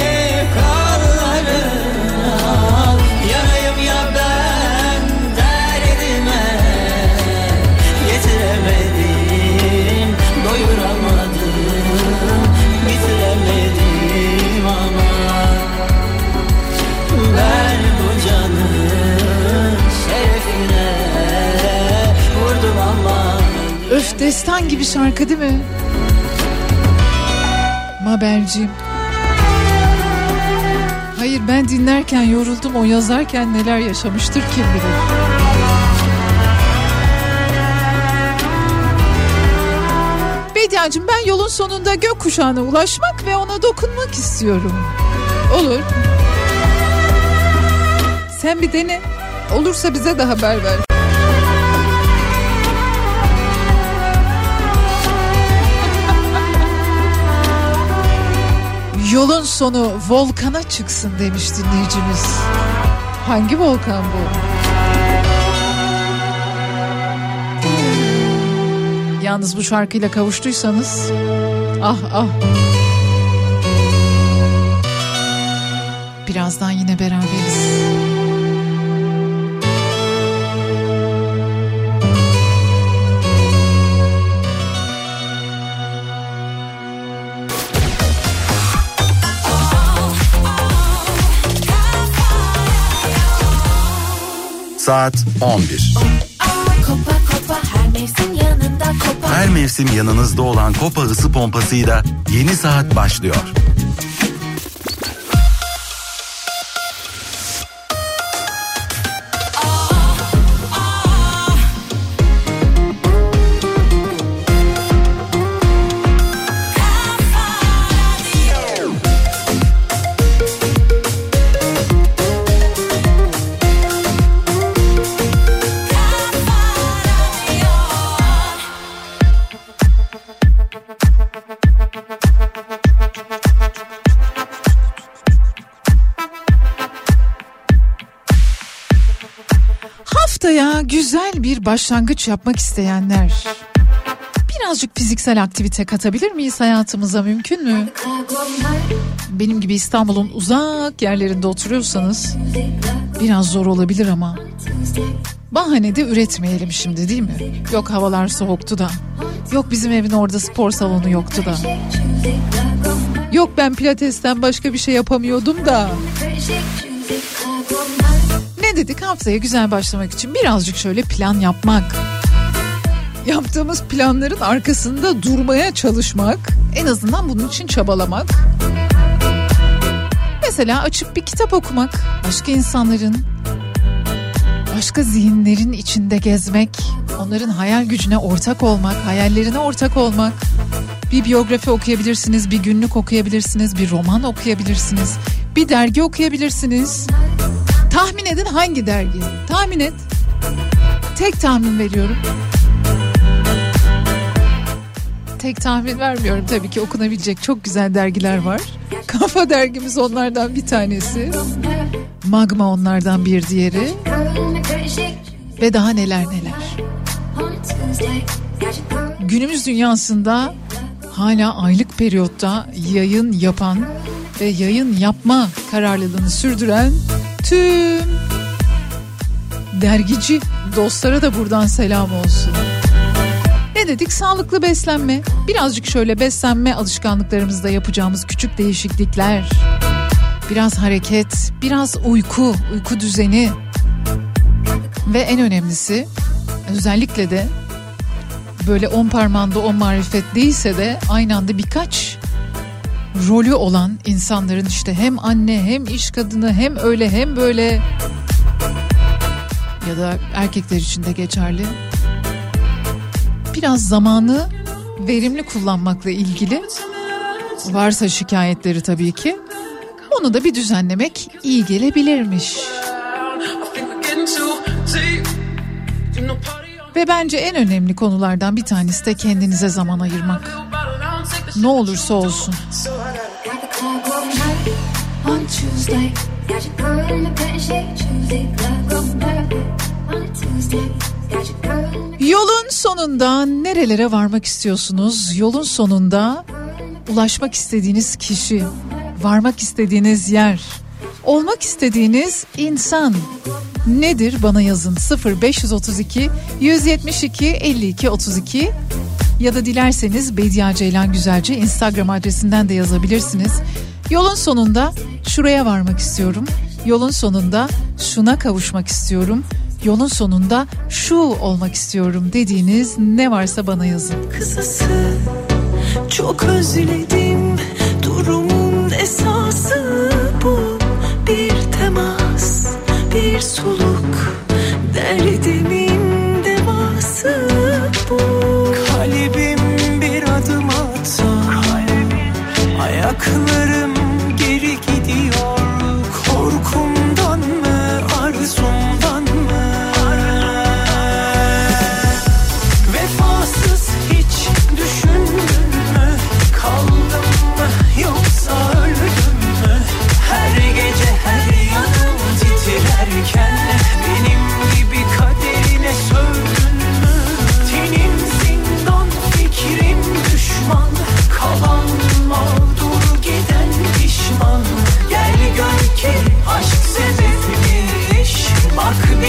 kollarına al, yanayım ya ben derdime. Getiremedim, doyuramadım, bitiremedim ama ben bu canın şerefine vurdum ama. Öf, destan gibi şarkı değil mi? Maberciğim. Hayır, ben dinlerken yoruldum, o yazarken neler yaşamıştır kim bilir. Bediacığım, ben yolun sonunda gökkuşağına ulaşmak ve ona dokunmak istiyorum. Olur. Sen bir dene. Olursa bize de haber ver. Yolun sonu volkana çıksın demiş dinleyicimiz. Hangi volkan bu? Yalnız bu şarkıyla kavuştuysanız ah ah. Birazdan yine beraberiz. Saat on bir. Kopa kopa her mevsim yanında kopa. Her mevsim yanınızda olan Kopa ısı pompasıyla yeni saat başlıyor. Haftaya güzel bir başlangıç yapmak isteyenler, birazcık fiziksel aktivite katabilir miyiz hayatımıza, mümkün mü? Benim gibi İstanbul'un uzak yerlerinde oturuyorsanız biraz zor olabilir ama bahane de üretmeyelim şimdi, değil mi? Yok havalar soğuktu da, yok bizim evin orada spor salonu yoktu da, yok ben pilatesten başka bir şey yapamıyordum da. Ne dedik? Haftaya güzel başlamak için birazcık şöyle plan yapmak. Yaptığımız planların arkasında durmaya çalışmak. En azından bunun için çabalamak. Mesela açıp bir kitap okumak. Başka insanların, başka zihinlerin içinde gezmek. Onların hayal gücüne ortak olmak, hayallerine ortak olmak. Bir biyografi okuyabilirsiniz, bir günlük okuyabilirsiniz, bir roman okuyabilirsiniz. Bir dergi okuyabilirsiniz. Tahmin edin hangi dergi? Tahmin et. Tek tahmin veriyorum. Tek tahmin vermiyorum tabii ki, okunabilecek çok güzel dergiler var. Kafa dergimiz onlardan bir tanesi. Magma onlardan bir diğeri. Ve daha neler neler. Günümüz dünyasında hala aylık periyotta yayın yapan ve yayın yapma kararlılığını sürdüren tüm dergici dostlara da buradan selam olsun. Ne dedik? Sağlıklı beslenme. Birazcık şöyle beslenme alışkanlıklarımızda yapacağımız küçük değişiklikler. Biraz hareket, biraz uyku, uyku düzeni. Ve en önemlisi, özellikle de böyle on parmağında on marifet değilse de aynı anda birkaç rolü olan insanların, işte hem anne hem iş kadını hem öyle hem böyle, ya da erkekler için de geçerli. Biraz zamanı verimli kullanmakla ilgili, varsa şikayetleri tabii ki, onu da bir düzenlemek iyi gelebilirmiş. Ve bence en önemli konulardan bir tanesi de kendinize zaman ayırmak. Ne olursa olsun. Yolun sonunda nerelere varmak istiyorsunuz? Yolun sonunda ulaşmak istediğiniz kişi, varmak istediğiniz yer, olmak istediğiniz insan nedir? Bana yazın. sıfır beş otuz iki yüz yetmiş iki elli iki otuz iki ya da dilerseniz Bediye Ceylan Güzelce Instagram adresinden de yazabilirsiniz. Yolun sonunda şuraya varmak istiyorum. Yolun sonunda şuna kavuşmak istiyorum. Yolun sonunda şu olmak istiyorum dediğiniz ne varsa bana yazın. Kısası çok özledim, durumun esası bu. Bir temas, bir soluk, derdimin devası bu. Kalbim bir adım atsa, ayaklarım geri gidiyor. Korkumdan mı, arzumdan mı? Vefasız hiç düşündün mü? Kaldım mı yoksa öldüm?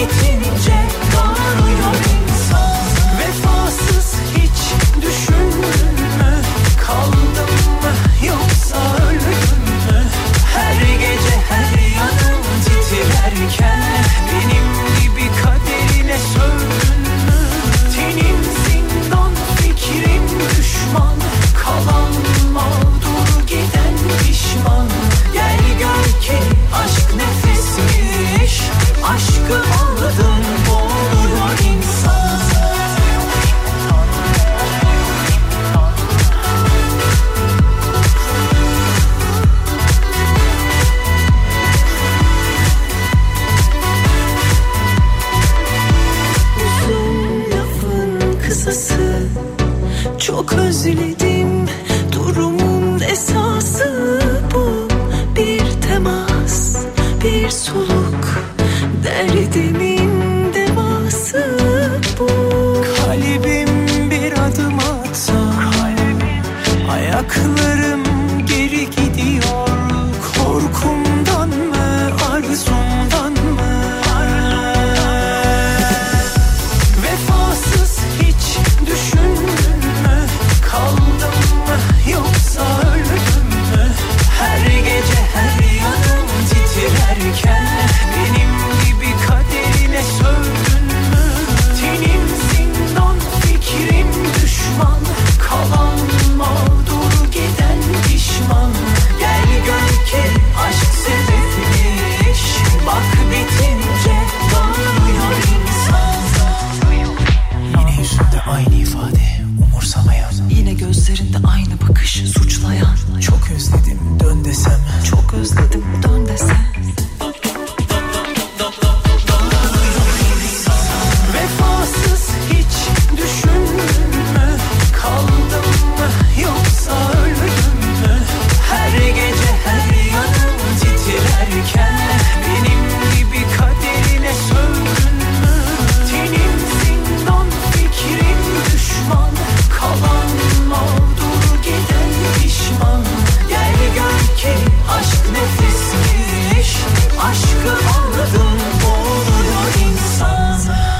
bitince doğruyor insan. Vefasız hiç düşündün mü? Kaldım mı yoksa öldüm mü? Her gece her yanım titrerken benim gibi kaderine sövdün mü? Tenim zindan, fikrim düşman, kalan mağdur giden pişman. Gel gör ki aşk nefesmiş, aşkı aldın boğuluyor insan. Uzun lafın kısası, çok özledim durumun esası bu. Bir temas, bir soluk, derdimin devası bu. Kalbim bir adım atsa, ayaklarım geri gidiyor. Korkumdan mı, arzumdan mı? Vefasız hiç düşündün mü? Kaldım mı yoksa öldüm mü? Her gece her yanım titrerken benim gibi kaderine sövdün mü? Tenim zindan, fikrim düşman, kalan mağdur giden pişman. Gel gör ki aşk sebepmiş, bak bitince doğruyor insan. Yine yüzünde aynı ifade, umursamayan. Yine gözlerinde aynı bakış, suçlayan. Çok özledim, dön desem. Çok özledim, dön desem. Vefasız hiç düşündün mü? Kaldım mı yoksa öldüm mü? Her gece her yanım titrerken benim gibi kaderine sövdün mü? Tenim zindan, fikrim düşman, kalan mağdur giden pişman. Gel gör ki aşk nefesmiş, aşkı aldın boğuluyor insan.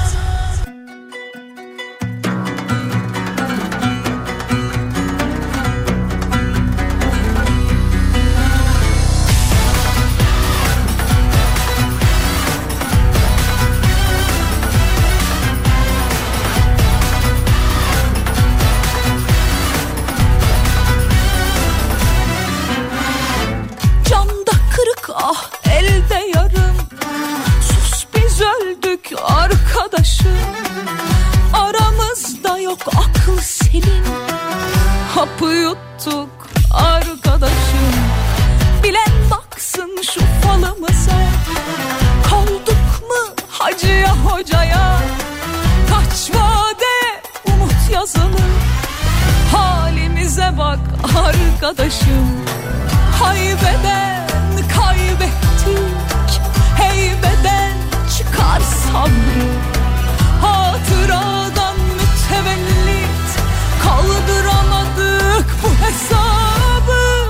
Camda kırık, ah elde yarım. Sus biz öldük arkadaşım. Aramızda yok akıl selim. Hapı yuttuk arkadaşım. Bilen baksın şu falımıza. Kaldık mı hacıya hocaya? Kaç vade umut yazılı. Halimize bak arkadaşım. Haybeden kaybettik, heybeden çıkar sabrı. Hatıradan mütevellit kaldıramadık bu hesabı.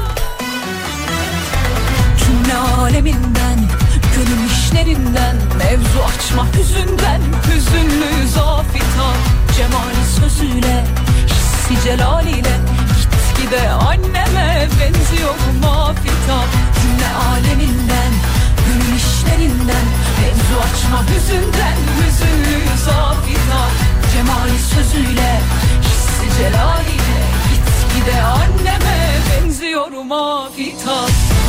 Cümle aleminden, gönül işlerinden, mevzu açma hüzünden. Hüzünlüyüz afitan, cemali sözüyle, hissi celaliyle. Gitgide anneme benziyorum afitan. Cümle aleminden, gönül işlerinden, mevzu açma hüzünden. Hüzünlüyüz afitan, cemali sözüyle, hissi celaliyle. Gitgide anneme benziyorum afitan.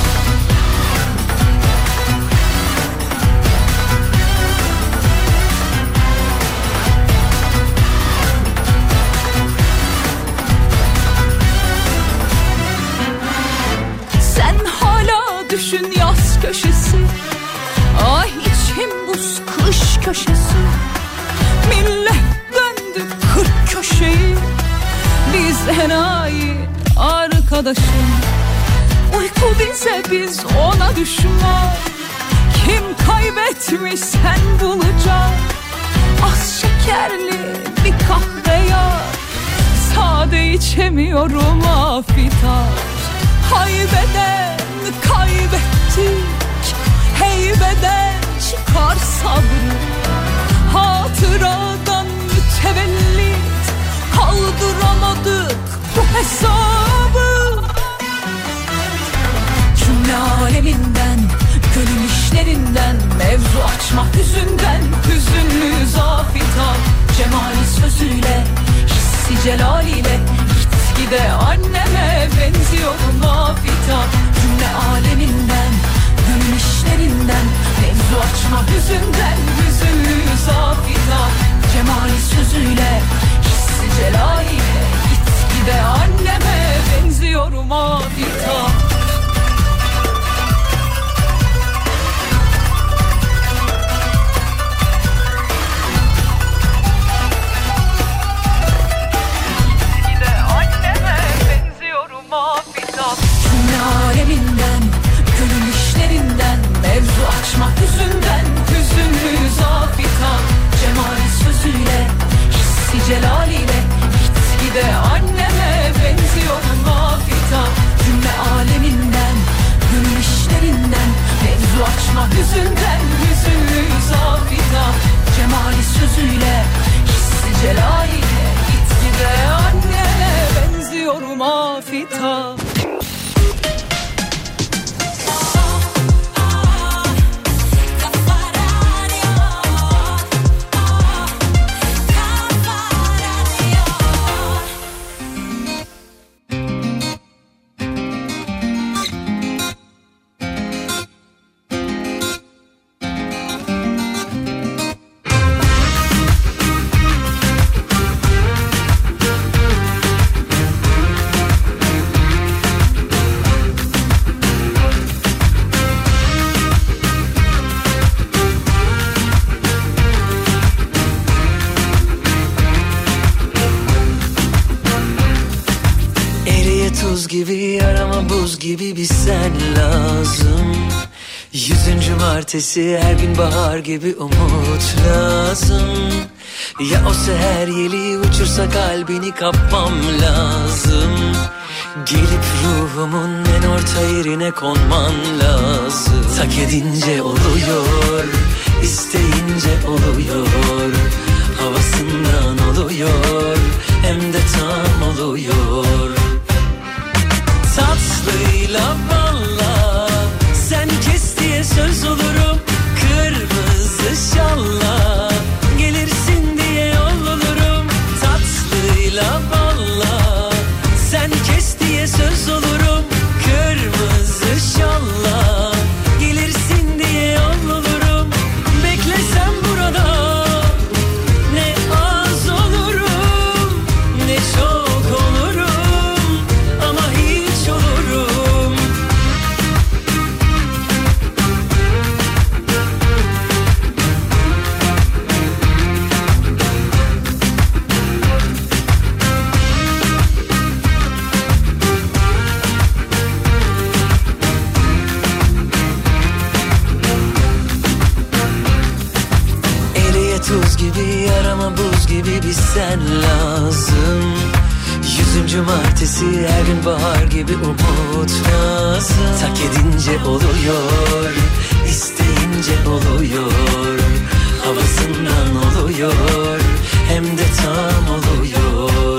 Sen hala düşün yaz köşesi, ay içim buz kış köşesi. Millet döndü kırk köşeyi, biz enayi arkadaşım. Uyku bize, biz ona düşman. Kim kaybetmiş sen bulacak. Az şekerli bir kahve yap. Sade içemiyorum afitar. Haybeden kaybettik, heybeden çıkar sabrı. açma hüzünden, hüzünlü zafita. Cemali sözüyle, hissi celaliyle, gitgide anneme benziyorum lafita. Cümle aleminden, gönül işlerinden, mevzu açma hüzünden, hüzünlü zafita. Cemali sözüyle, hissi celaliyle, gitgide anneme benziyorum adeta. Cümle aleminden, gönül işlerinden, mevzu açma hüzünden, hüzünlü zafita. Cemali sözüyle, hissi celaliyle, gitgide anneme benziyorum lafita. Cümle aleminden, gönül işlerinden, mevzu açma hüzünden, hüzünlü zafita. Cemali sözüyle, hissi celaliyle, gitgide anneme benziyorum afita. Gibi yarama buz gibi bir sen lazım. Yüzüncü martesi her gün bahar gibi umut lazım. Ya o seher yeli uçursa kalbini kapmam lazım. Gelip ruhumun en orta yerine konman lazım. Tak edince oluyor, isteyince oluyor. Havasından oluyor, hem de tam oluyor. Tatlıyla balla sen kes diye söz olurum. Kırmızı şalla gelirsin diye yol olurum. Tatlıyla balla sen kes diye söz olurum. Kırmızı şalla gelirsin diye yol olurum. Beklesem burada ne az olurum ne çok olurum, ama hiç olurum. Eriye tuz gibi yarama buz gibi bir sen lazım. Yüzüncü martesi her gün bahar gibi umut lazım. Tak edince oluyor, isteyince oluyor. Havasından oluyor, hem de tam oluyor.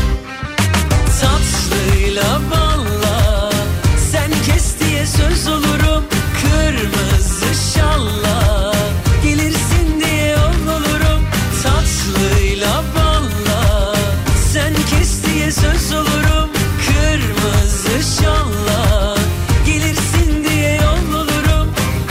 Tatlıyla balla sen kes diye söz olurum. Kırmızı şalla gelirsin diye yol olurum. Tatlıyla balla sen kes diye söz olurum. Kırmızı şalla gelirsin diye yol olurum.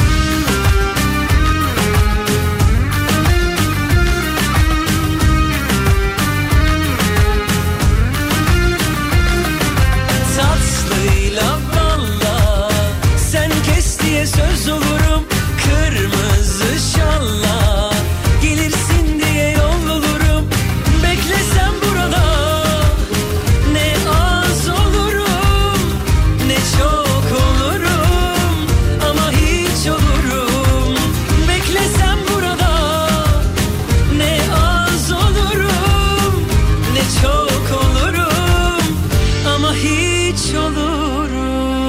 Tatlıyla balla sen kes diye söz olurum. Kırmızı şalla gelirsin diye yol olurum. Beklesem burada ne az olurum ne çok olurum, ama hiç olurum. Beklesem burada ne az olurum ne çok olurum, ama hiç olurum.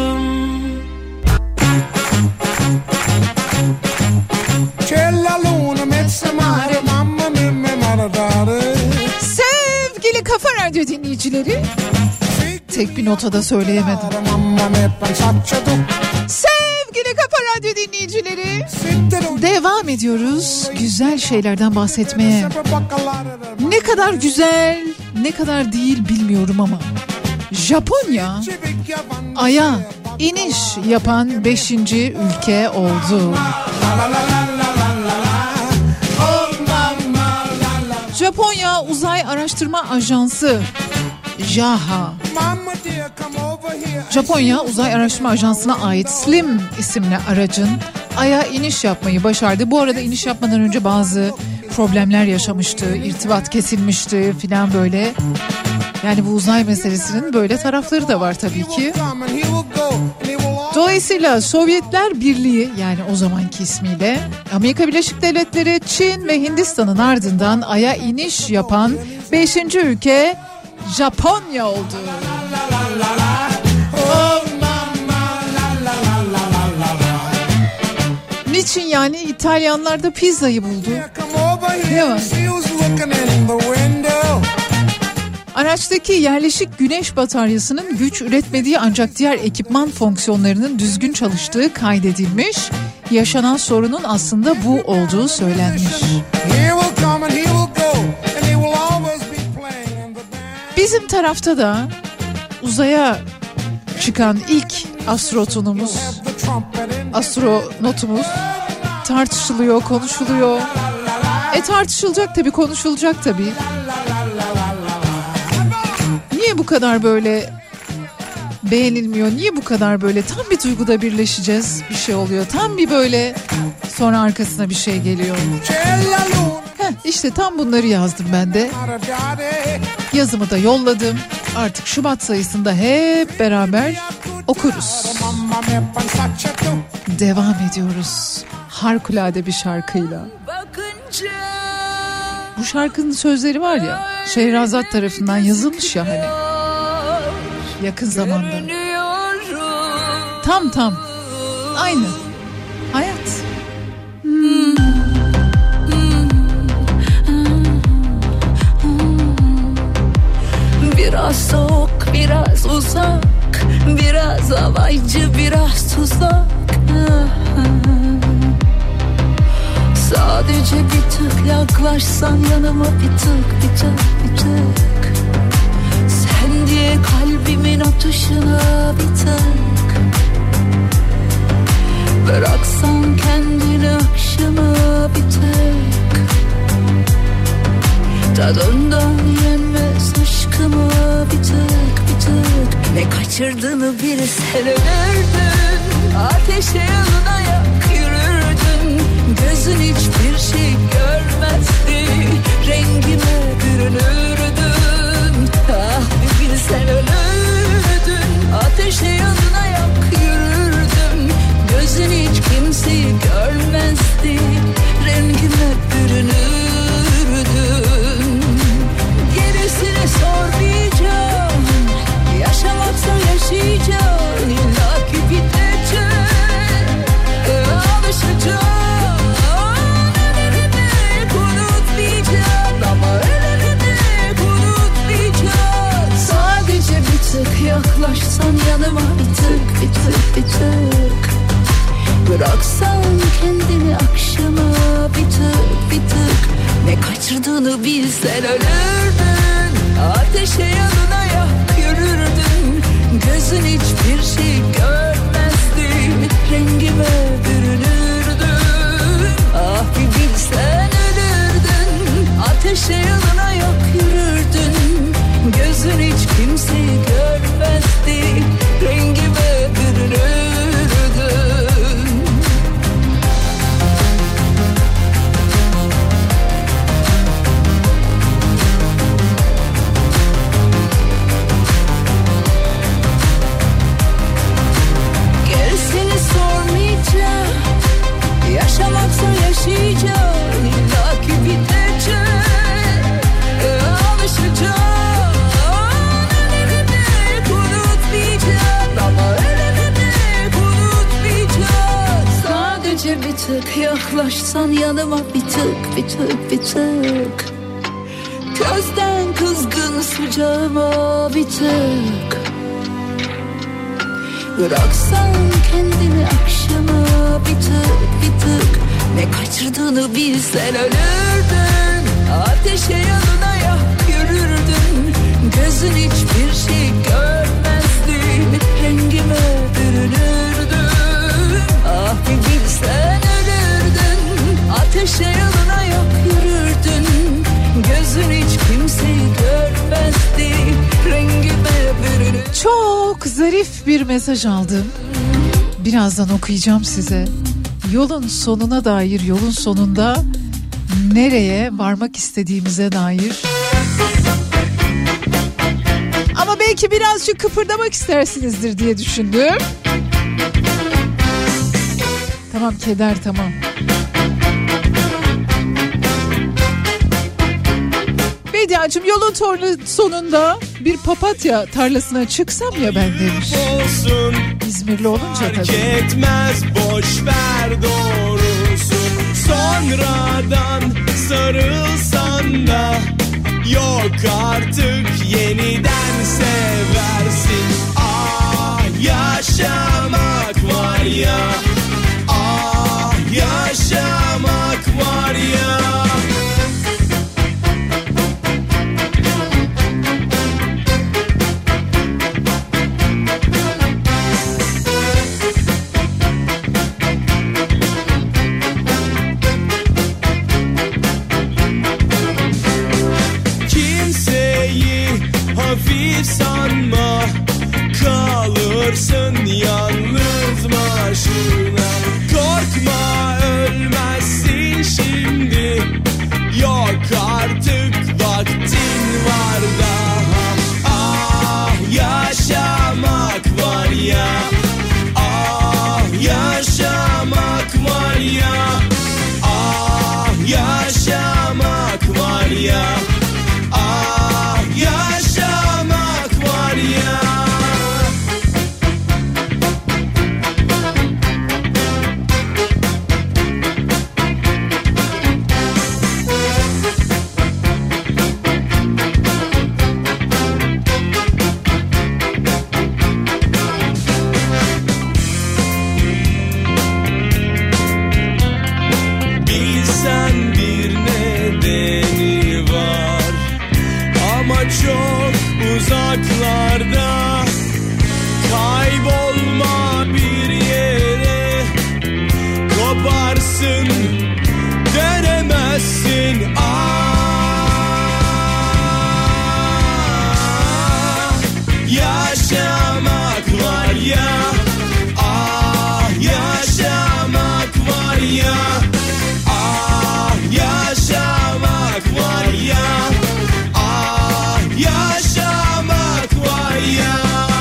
Sevgili Kafa Radyo dinleyicileri, tek bir notada söyleyemedim. Sevgili Kafa Kafa Radyo dinleyicileri, devam ediyoruz güzel şeylerden bahsetmeye. Ne kadar güzel, ne kadar değil bilmiyorum ama Japonya Ay'a iniş yapan beşinci ülke oldu. Japonya Uzay Araştırma Ajansı J A H A, Japonya Uzay Araştırma Ajansı'na ait Slim isimli aracın Ay'a iniş yapmayı başardı. Bu arada iniş yapmadan önce bazı problemler yaşamıştı, irtibat kesilmişti filan böyle. Yani bu uzay meselesinin böyle tarafları da var tabii ki. Dolayısıyla Sovyetler Birliği, yani o zamanki ismiyle Amerika Birleşik Devletleri, Çin ve Hindistan'ın ardından Ay'a iniş yapan beşinci ülke Japonya oldu. Niçin yani? İtalyanlar da pizzayı buldu. Ne var? Araçtaki yerleşik güneş bataryasının güç üretmediği ancak diğer ekipman fonksiyonlarının düzgün çalıştığı kaydedilmiş. Yaşanan sorunun aslında bu olduğu söylenmiş. Bizim tarafta da uzaya çıkan ilk astronotumuz, astronotumuz tartışılıyor, konuşuluyor. E tartışılacak tabii, konuşulacak tabii. Niye bu kadar böyle beğenilmiyor? Niye bu kadar böyle? Tam bir duyguda birleşeceğiz, bir şey oluyor. Tam bir böyle, sonra arkasına bir şey geliyor. Heh, işte tam bunları yazdım ben de. Yazımı da yolladım. Artık Şubat sayısında hep beraber okuruz. Devam ediyoruz. Harikulade bir şarkıyla. Bu şarkının sözleri var ya, Şehrazat tarafından yazılmış ya hani. Yakın zamanda. Tam tam. Aynı. Hayat. Hmm. Biraz soğuk, biraz uzak, biraz havaycı, biraz tuzak. Sadece bir tık yaklaşsan yanıma, bir tık, bir tık, bir tık. Sen diye kalbimin atışına bir tık. Bıraksan kendini akşama bir tık. Tadından yenmez aşkıma bir tık, bir tık. Ne kaçırdığını bilsen ölürdün. Ateşe yanına yak yürürdün. Gözün hiçbir şey görmezdi. Rengime bürünürdün. Ah bir bilsen ölürdün. Ateşe yanına yak yürürdün. Gözün hiç kimseyi görmezdi. Rengime bürünürdün. Gerisini sormayacağım. Yaşamaksa yaşayacağım. İlla ki bitecek. Alışacağım. Yaklaşsan yanıma bir tık, bir tık, bir tık. Bıraksan kendini akşama bir tık, bir tık. Ne kaçırdığını bilsen ölürdün. Ateşe yanına yak yürürdün. Gözün hiçbir şey görmezdi. Rengime bürünürdün. Ah bir bilsen ölürdün. Ateşe yanına yak yürürdün. Gözün hiç kimseyi görmezdi. Rengime bürünürdün. Gerisini sormayacağım. Yaşamaksa yaşayacağım. İlla ki bitecek. Alışacağım. Bir tık yaklaşsan yanıma bir tık, bir tık, bir tık. Gözden kızgın sıcağıma bir tık. Bıraksan kendini akşama bir tık bir tık. Ne kaçırdığını bilsen ölürdün. Ateşe yanına yak yürürdün. Gözün hiçbir şey görmezdi. Rengime bürünürdün. Ah bir bilsen ölürdün. Ateşe yanına yak yürürdün. Gözün hiç kimseyi görmezdi. Rengime bürünürdün. Çok zarif bir mesaj aldım. Birazdan okuyacağım size. Yolun sonuna dair, yolun sonunda nereye varmak istediğimize dair. Ama belki birazcık kıpırdamak istersinizdir diye düşündüm. Tamam keder, tamam. Bediacığım, yolun sonunda bir papatya tarlasına çıksam ya ben demiş. İzmirli olunca tabii. Etmez, boş ver doğrusun. Sonradan sarılsan da yok artık, yeniden seversin. Ah yaşamak var ya, ah yaşamak var ya. Hafif sanma, kalırsın yalnız başına. Korkma, ölmezsin şimdi. Yok artık, vaktin var daha. Ah yaşamak var ya, ah yaşamak var ya, ah yaşamak var ya, ah yaşamak var ya. Bilsen bir nedeni var ama çok uzaklarda. Kaybolma bir yere, koparsın, dönemezsin. Ah yaşamak var ya, ah yaşamak var ya, ah yaşamak var ya, ah yaşamak var ya.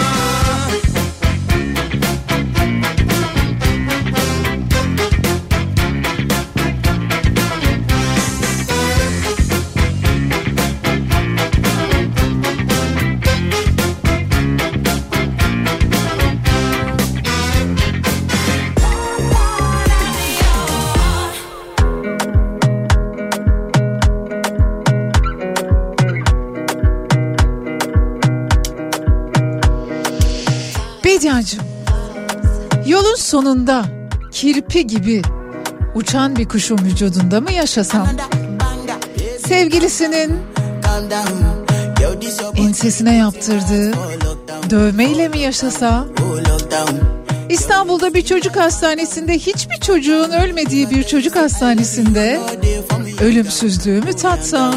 Bediacığım, yolun sonunda kirpi gibi uçan bir kuşun vücudunda mı yaşasam? Sevgilisinin ensesine yaptırdığı dövmeyle mi yaşasa? İstanbul'da bir çocuk hastanesinde, hiçbir çocuğun ölmediği bir çocuk hastanesinde ölümsüzlüğü mü tatsam?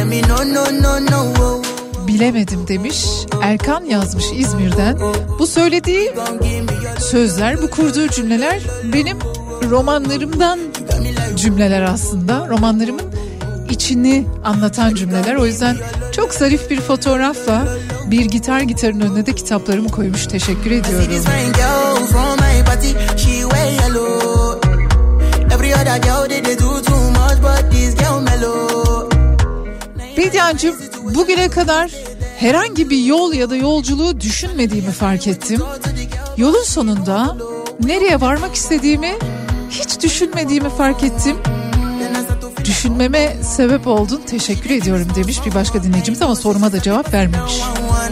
Bilemedim demiş. Erkan yazmış İzmir'den. Bu söylediği sözler, bu kurduğu cümleler benim romanlarımdan cümleler aslında. Romanlarımın içini anlatan cümleler. O yüzden çok zarif bir fotoğrafla bir gitar gitarın önüne de kitaplarımı koymuş. Teşekkür ediyorum. Bediacığım, bugüne kadar herhangi bir yol ya da yolculuğu düşünmediğimi fark ettim. Yolun sonunda nereye varmak istediğimi hiç düşünmediğimi fark ettim. Düşünmeme sebep oldun, teşekkür ediyorum demiş bir başka dinleyicimiz, ama soruma da cevap vermemiş.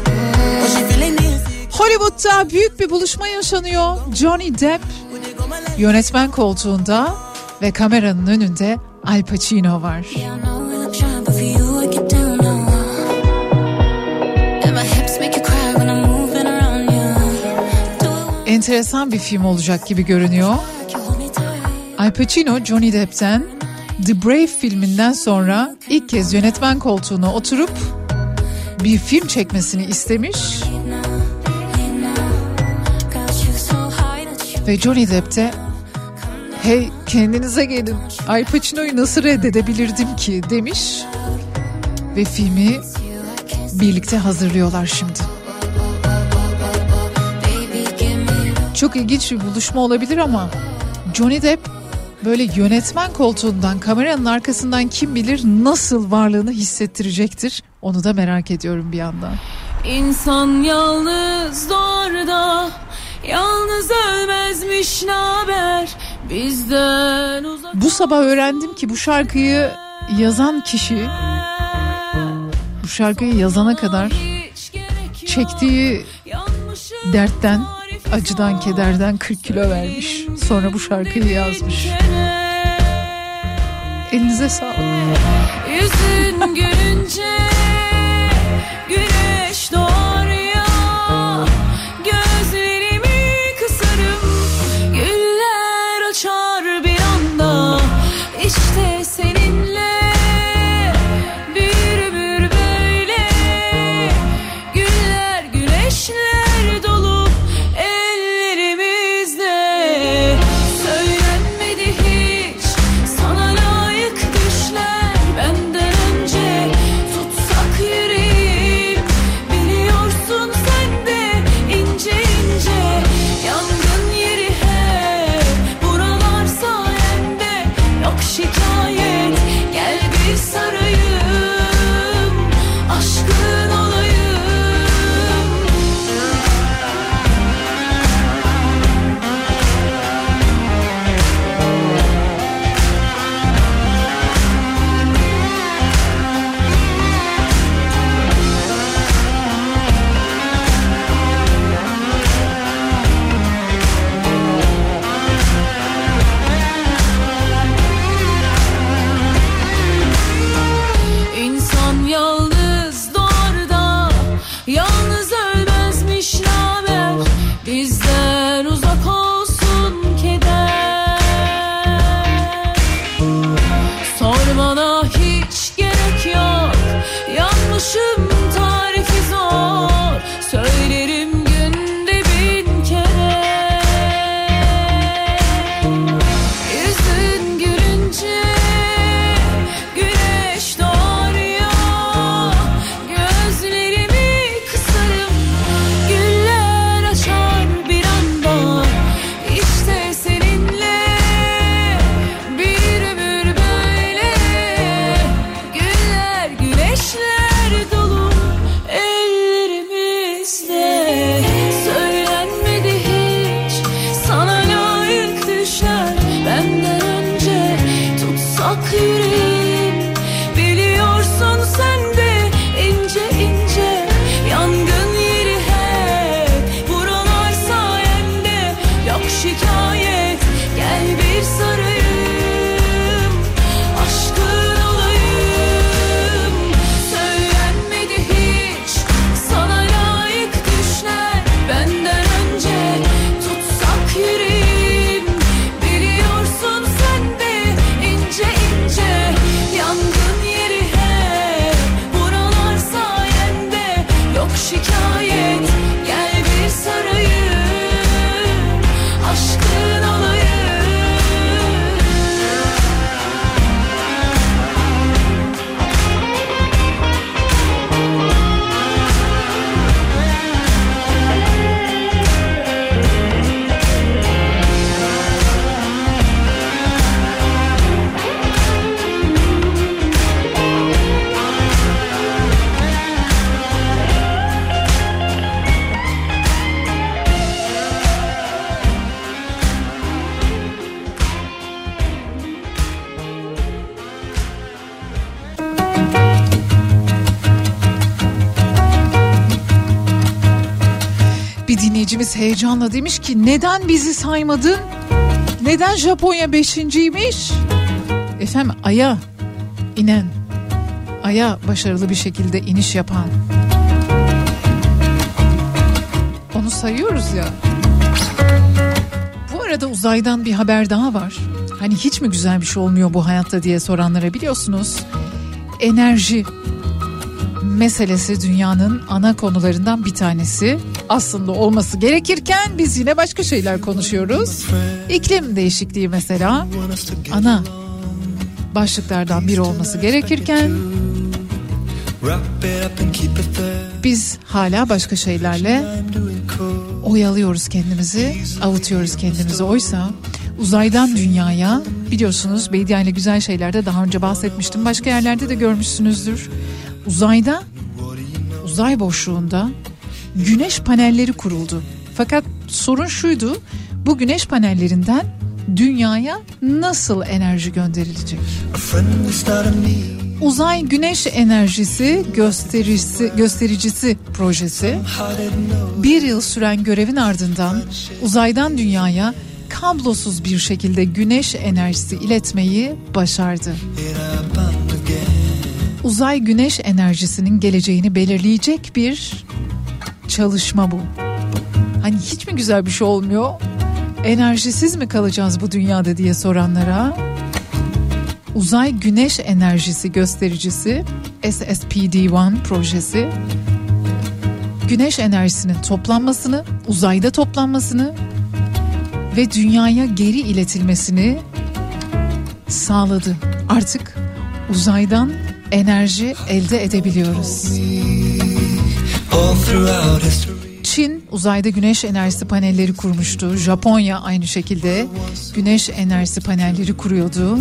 Hollywood'da büyük bir buluşma yaşanıyor. Johnny Depp Yönetmen koltuğunda ve kameranın önünde Al Pacino var. Enteresan bir film olacak gibi görünüyor. Al Pacino, Johnny Depp'ten The Brave filminden sonra ilk kez yönetmen koltuğuna oturup bir film çekmesini istemiş. Ve Johnny Depp de hey kendinize gelin, Al Pacino'yu nasıl reddedebilirdim ki demiş. Ve filmi birlikte hazırlıyorlar şimdi. Çok ilginç bir buluşma olabilir ama Johnny Depp böyle yönetmen koltuğundan, kameranın arkasından kim bilir nasıl varlığını hissettirecektir. Onu da merak ediyorum bir yandan. İnsan yalnız doğar da yalnız ölmezmiş, naber bizden uzak. Bu sabah öğrendim ki bu şarkıyı yazan kişi, bu şarkıyı yazana kadar çektiği dertten, acıdan, kederden kırk kilo vermiş. Sonra bu şarkıyı yazmış. Elinize sağlık. Yüzün gülünce güneş doğar ya, gözlerimi kısarım, güller açar bir anda. İşte seninle bir ömür böyle, güller güneşler dolu ellerimizde. Söylenmedi hiç sana layık düşler, benden önce tutsak yüreğim. Biliyorsun sen de ince ince yangın yeri hep buralar sayende. Yok şikayet, gel bir sarayım, aşkın olayım. İnsan yalnız doğar da yalnız ölmezmiş, naber bizden uzak olsun keder. Sormana hiç gerek yok, yanlışım tarifi zor, söylerim günde bin kere. Yüzün gülünce güneş doğar ya, gözlerimi kısarım, güller açar bir anda. İşte seninle bir ömür böyle, güller güneşler dolu ellerimizde. Söylenmedi hiç sana layık düşler, benden önce tutsak yüreğim. Biliyorsun sen de ince ince yangın yeri hep buralar sayende. Yok şikayet, gel bir sarayım, aşkın olayım. Söylenmedi hiç sana layık düşler, benden önce tutsak yüreğim. Biliyorsun sen de ince ince yangın yeri hep buralar sayende. Yok şikayet, gel bir sarayım, aşkın olayım. Bir dinleyicimiz heyecanla demiş ki neden bizi saymadın? Neden Japonya beşinciymiş? Efendim Ay'a inen, Ay'a başarılı bir şekilde iniş yapan. Onu sayıyoruz ya. Bu arada uzaydan bir haber daha var. Hani hiç mi güzel bir şey olmuyor bu hayatta diye soranlara, biliyorsunuz enerji meselesi dünyanın ana konularından bir tanesi. Aslında olması gerekirken biz yine başka şeyler konuşuyoruz. İklim değişikliği mesela ana başlıklardan biri olması gerekirken biz hala başka şeylerle oyalıyoruz kendimizi, avutuyoruz kendimizi. Oysa uzaydan dünyaya, biliyorsunuz Bediye ile Güzel Şeyler'de daha önce bahsetmiştim. Başka yerlerde de görmüşsünüzdür. Uzayda, uzay boşluğunda güneş panelleri kuruldu. Fakat sorun şuydu, bu güneş panellerinden dünyaya nasıl enerji gönderilecek? Uzay Güneş Enerjisi Gösterisi, Göstericisi projesi bir yıl süren görevin ardından uzaydan dünyaya kablosuz bir şekilde güneş enerjisi iletmeyi başardı. Uzay güneş enerjisinin geleceğini belirleyecek bir çalışma bu. Hani hiç mi güzel bir şey olmuyor? Enerjisiz mi kalacağız bu dünyada diye soranlara, Uzay Güneş Enerjisi Göstericisi S S P D bir projesi güneş enerjisinin toplanmasını, uzayda toplanmasını ve dünyaya geri iletilmesini sağladı. Artık uzaydan enerji elde edebiliyoruz. Çin uzayda güneş enerjisi panelleri kurmuştu. Japonya aynı şekilde güneş enerjisi panelleri kuruyordu.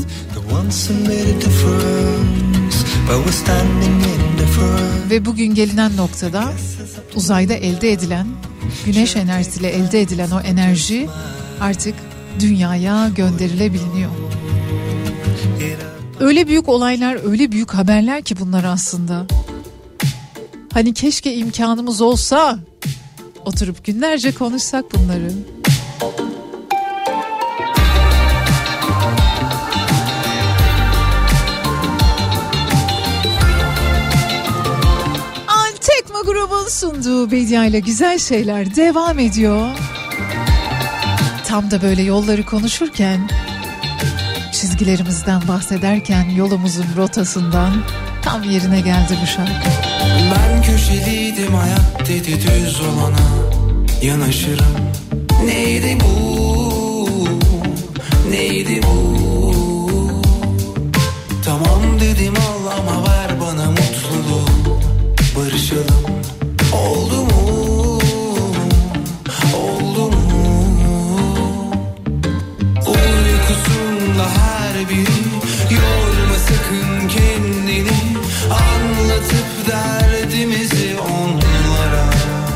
Ve bugün gelinen noktada uzayda elde edilen, güneş enerjisiyle elde edilen o enerji artık dünyaya gönderilebiliyor. Öyle büyük olaylar, öyle büyük haberler ki bunlar aslında. Hani keşke imkanımız olsa oturup günlerce konuşsak bunları. Antekma grubun sunduğu Bediye ile Güzel Şeyler devam ediyor. Tam da böyle yolları konuşurken, çizgilerimizden bahsederken, yolumuzun rotasından tam yerine geldi bu şarkı. Ben köşeliydim, hayat dedi düz olana yanaşırım. Neydi bu, neydi bu? Tamam dedim, al ama ver bana mutluluğu. Barışalım, oldu mu, oldu mu? Uykusunda her biri, yorma sakın kendini. Anlatıp derdimizi onlara.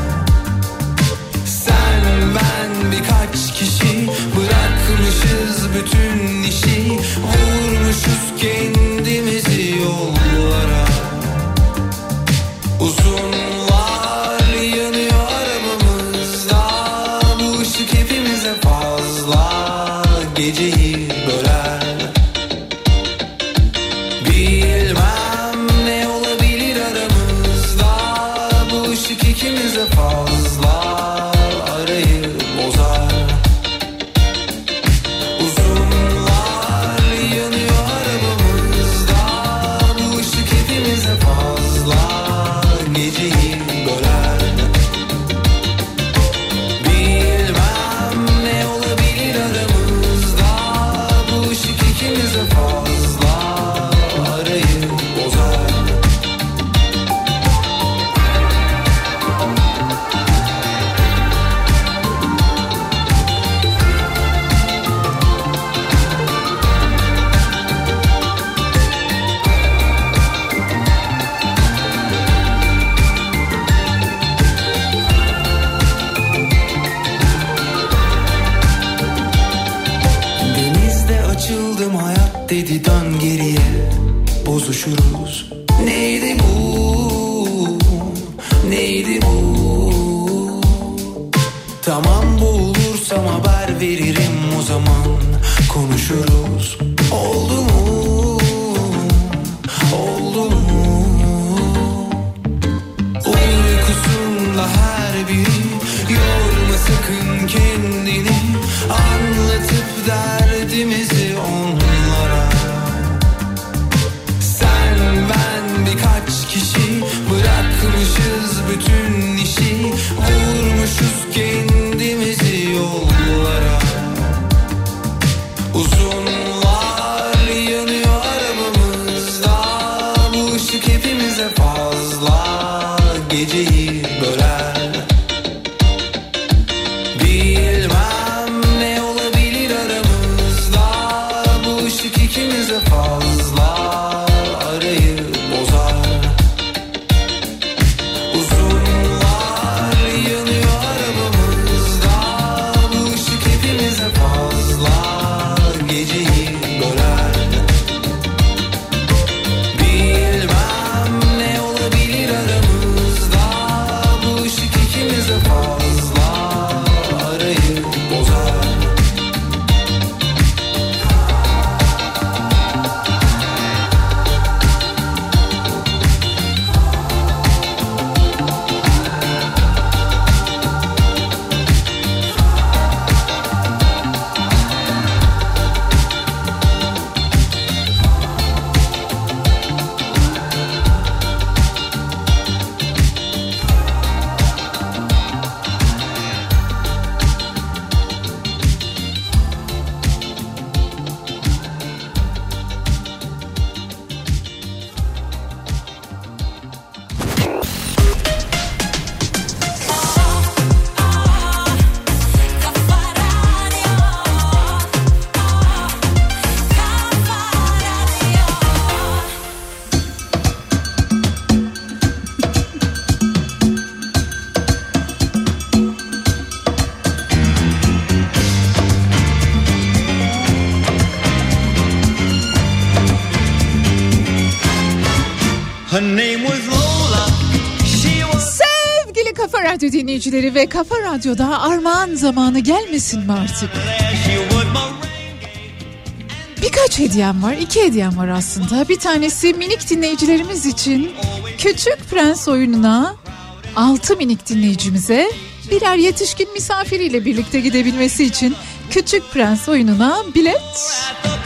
Sen ben birkaç kişi, bırakmışız bütün işi. Vurmuşuz kendimizi yollara. Uzunlar yanıyor arabamızda. Bu ışık hepimize fazla, geceyi böler. Bilmem ne olabilir aramızda. Bu ışık ikimize fazla, arayı bozar. Uzunlar yanıyor arabamızda. Bu ışık hepimize fazla, geceyi böler. Bilmem ne olabilir aramızda. Bu ışık ikimize fazla, arayı bozar. Denizde açıldım, hayat dedi dön geriye. Bozuşuruz. Neydi bu, neydi bu? Tamam boğulursam haber veririm o zaman. konuşuruz. Oldu mu? Oldu mu? Uykusunda her biri yorma sakın kendini, anlatıp derdimizi onlara. Sen ben birkaç kişi bırakmışız bütün işi, vurmuşuz kendimizi yollara. Uzunlar yanıyor arabamızda, bu ışık hepimize fazla geceyi böler. Bilmem ne olabilir aramızda, bu ışık ikimize fazla arayı bozar. Uzunlar yanıyor arabamızda, bu ışık hepimize fazla geceyi böler. Bilmem ne olabilir aramızda, bu ışık ikimize fazla arayı bozar. Her name was Lola. She was... Sevgili Kafa Radyo dinleyicileri ve Kafa Radyo'da armağan zamanı gelmesin mi artık? Birkaç hediyem var, iki hediyem var aslında. Bir tanesi minik dinleyicilerimiz için Küçük Prens oyununa altı minik dinleyicimize birer yetişkin misafiriyle birlikte gidebilmesi için Küçük Prens oyununa bilet.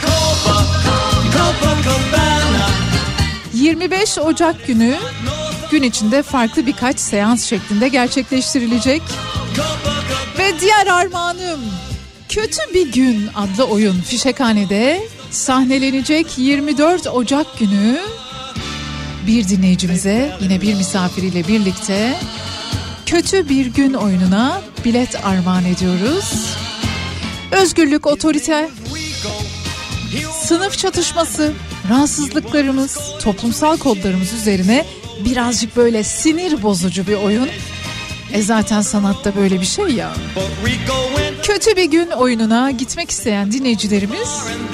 yirmi beş Ocak günü gün içinde farklı birkaç seans şeklinde gerçekleştirilecek. Ve diğer armağanım Kötü Bir Gün adlı oyun Fişekhane'de sahnelenecek yirmi dört Ocak günü. Bir dinleyicimize yine bir misafiriyle birlikte Kötü Bir Gün oyununa bilet armağan ediyoruz. Özgürlük, otorite, sınıf çatışması, rahatsızlıklarımız, toplumsal kodlarımız üzerine birazcık böyle sinir bozucu bir oyun. E zaten sanatta böyle bir şey ya. Kötü Bir Gün oyununa gitmek isteyen dinleyicilerimiz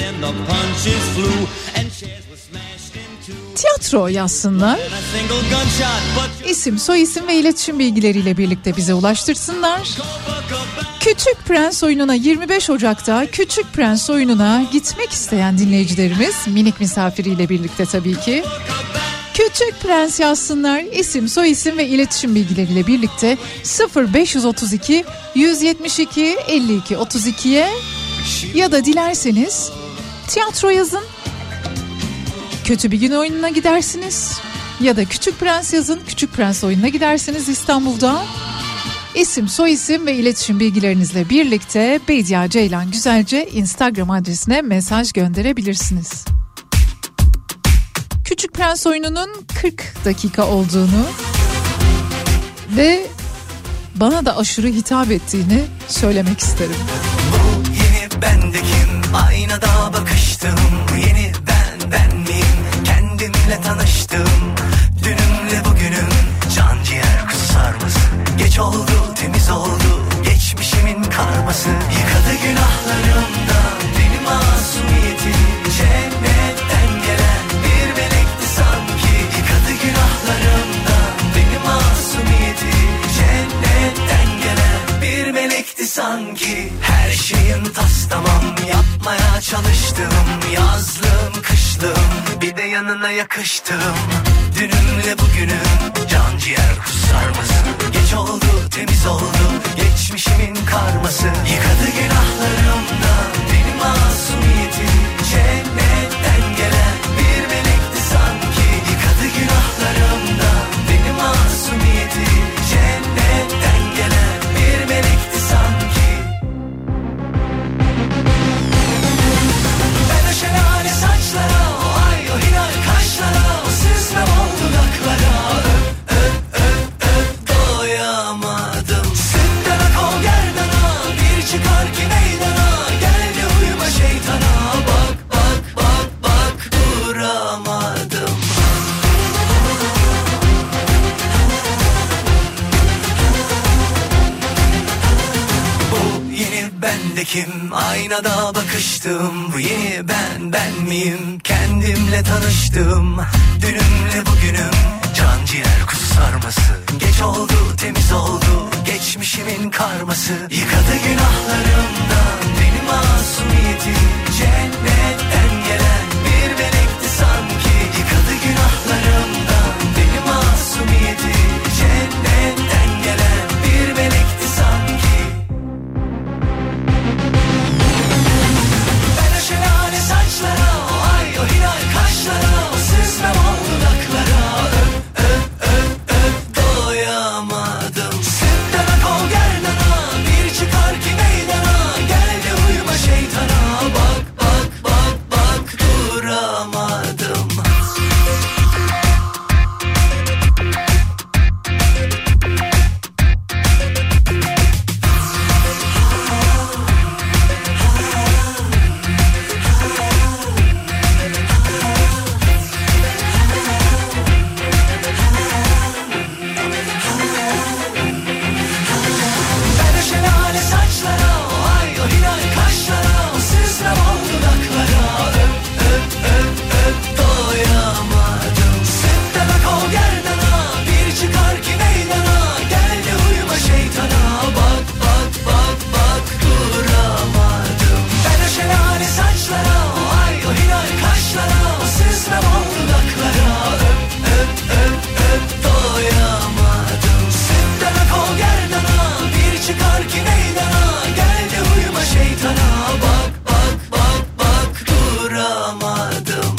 tiyatro yazsınlar. İsim, soyisim ve iletişim bilgileriyle birlikte bize ulaştırsınlar. Küçük Prens oyununa yirmi beş Ocak'ta Küçük Prens oyununa gitmek isteyen dinleyicilerimiz minik misafiriyle birlikte tabii ki Küçük Prens yazsınlar. İsim, soyisim ve iletişim bilgileriyle birlikte sıfır beş otuz iki yüz yetmiş iki elli iki otuz ikiye ya da dilerseniz tiyatro yazın. Kötü Bir Gün oyununa gidersiniz ya da Küçük Prens yazın. Küçük Prens oyununa gidersiniz İstanbul'da. İsim, soyisim ve iletişim bilgilerinizle birlikte Bediye Ceylan Güzelce Instagram adresine mesaj gönderebilirsiniz. Küçük Prens oyununun kırk dakika olduğunu ve bana da aşırı hitap ettiğini söylemek isterim. Bu yeni bendekim, aynada bakıştım. Yeni ben, ben miyim? Kendimle tanıştım. Dünümle bugünüm, can ciğer kusar mısın? Geç oldu, temiz oldu, geçmişimin karması. Yıkadı günahlarımdan beni masumiyetim. Cennetten gelen bir melekti sanki. Yıkadı günahlarımdan beni masumiyetim. Cennetten gelen bir melekti sanki. Her şeyin tas tamam, yapmaya çalıştım. Yazlım kışlım bir de yanına yakıştım. Dünümle bugünüm can ciğer kusar mısın? Geç oldu temiz oldu geçmişimin karması. Yıkadı günahlarımdan benim masumiyetim. Cennetten gelen bir melekti sanki. Yıkadı günahlarımdan benim masumiyetim. Cennetten gelen bir melekti sanki. Ben o şelale saçlara, o ay o hilal kaşlara, o süzme bol dudaklara öp öp öp öp doyamadım. Sütten ak ol gerdana, bir çıkar ki meydana. Gel de uyuma şeytana, bak bak bak bak duramadım. Bu yeni bendekim, aynada bakıştım. Bu yeni ben ben miyim? Kendimle tanıştım. Dünümle bugünüm can ciğer kusarması. Geç oldu temiz oldu geçmişimin karması. Yıkadı günahlarımdan benim masumiyetim. Cennetten gelen bir melekti sanki. Yıkadı günahlarımdan benim masumiyetim. Cennetten gelen bir melekti sanki. Ben o şelale saçlara, o ay o hilal kaşlara, o süzme bol dudaklara öp öp öp öp doyamadım. Sütten ak ol gerdana, bir çıkar ki meydana. Gel de uyuma şeytana, bak bak bak bak duramadım. Ben o şelale saçlara, o ay o hilal kaşlara, o süzme bol dudaklara öp öp öp öp doyamadım. Sütten ak ol gerdana, bir çıkar ki meydana. Gel de uyuma şeytana, bak bak bak bak duramadım. Ben o şelale saçlara, o ay o hilal kaşlara, o süzme bol dudaklara öp öp öp öp doyamadım. Sütten ak ol gerdana, bir çıkar ki meydana. Gel de uyuma şeytana, bak bak bak bak duramadım.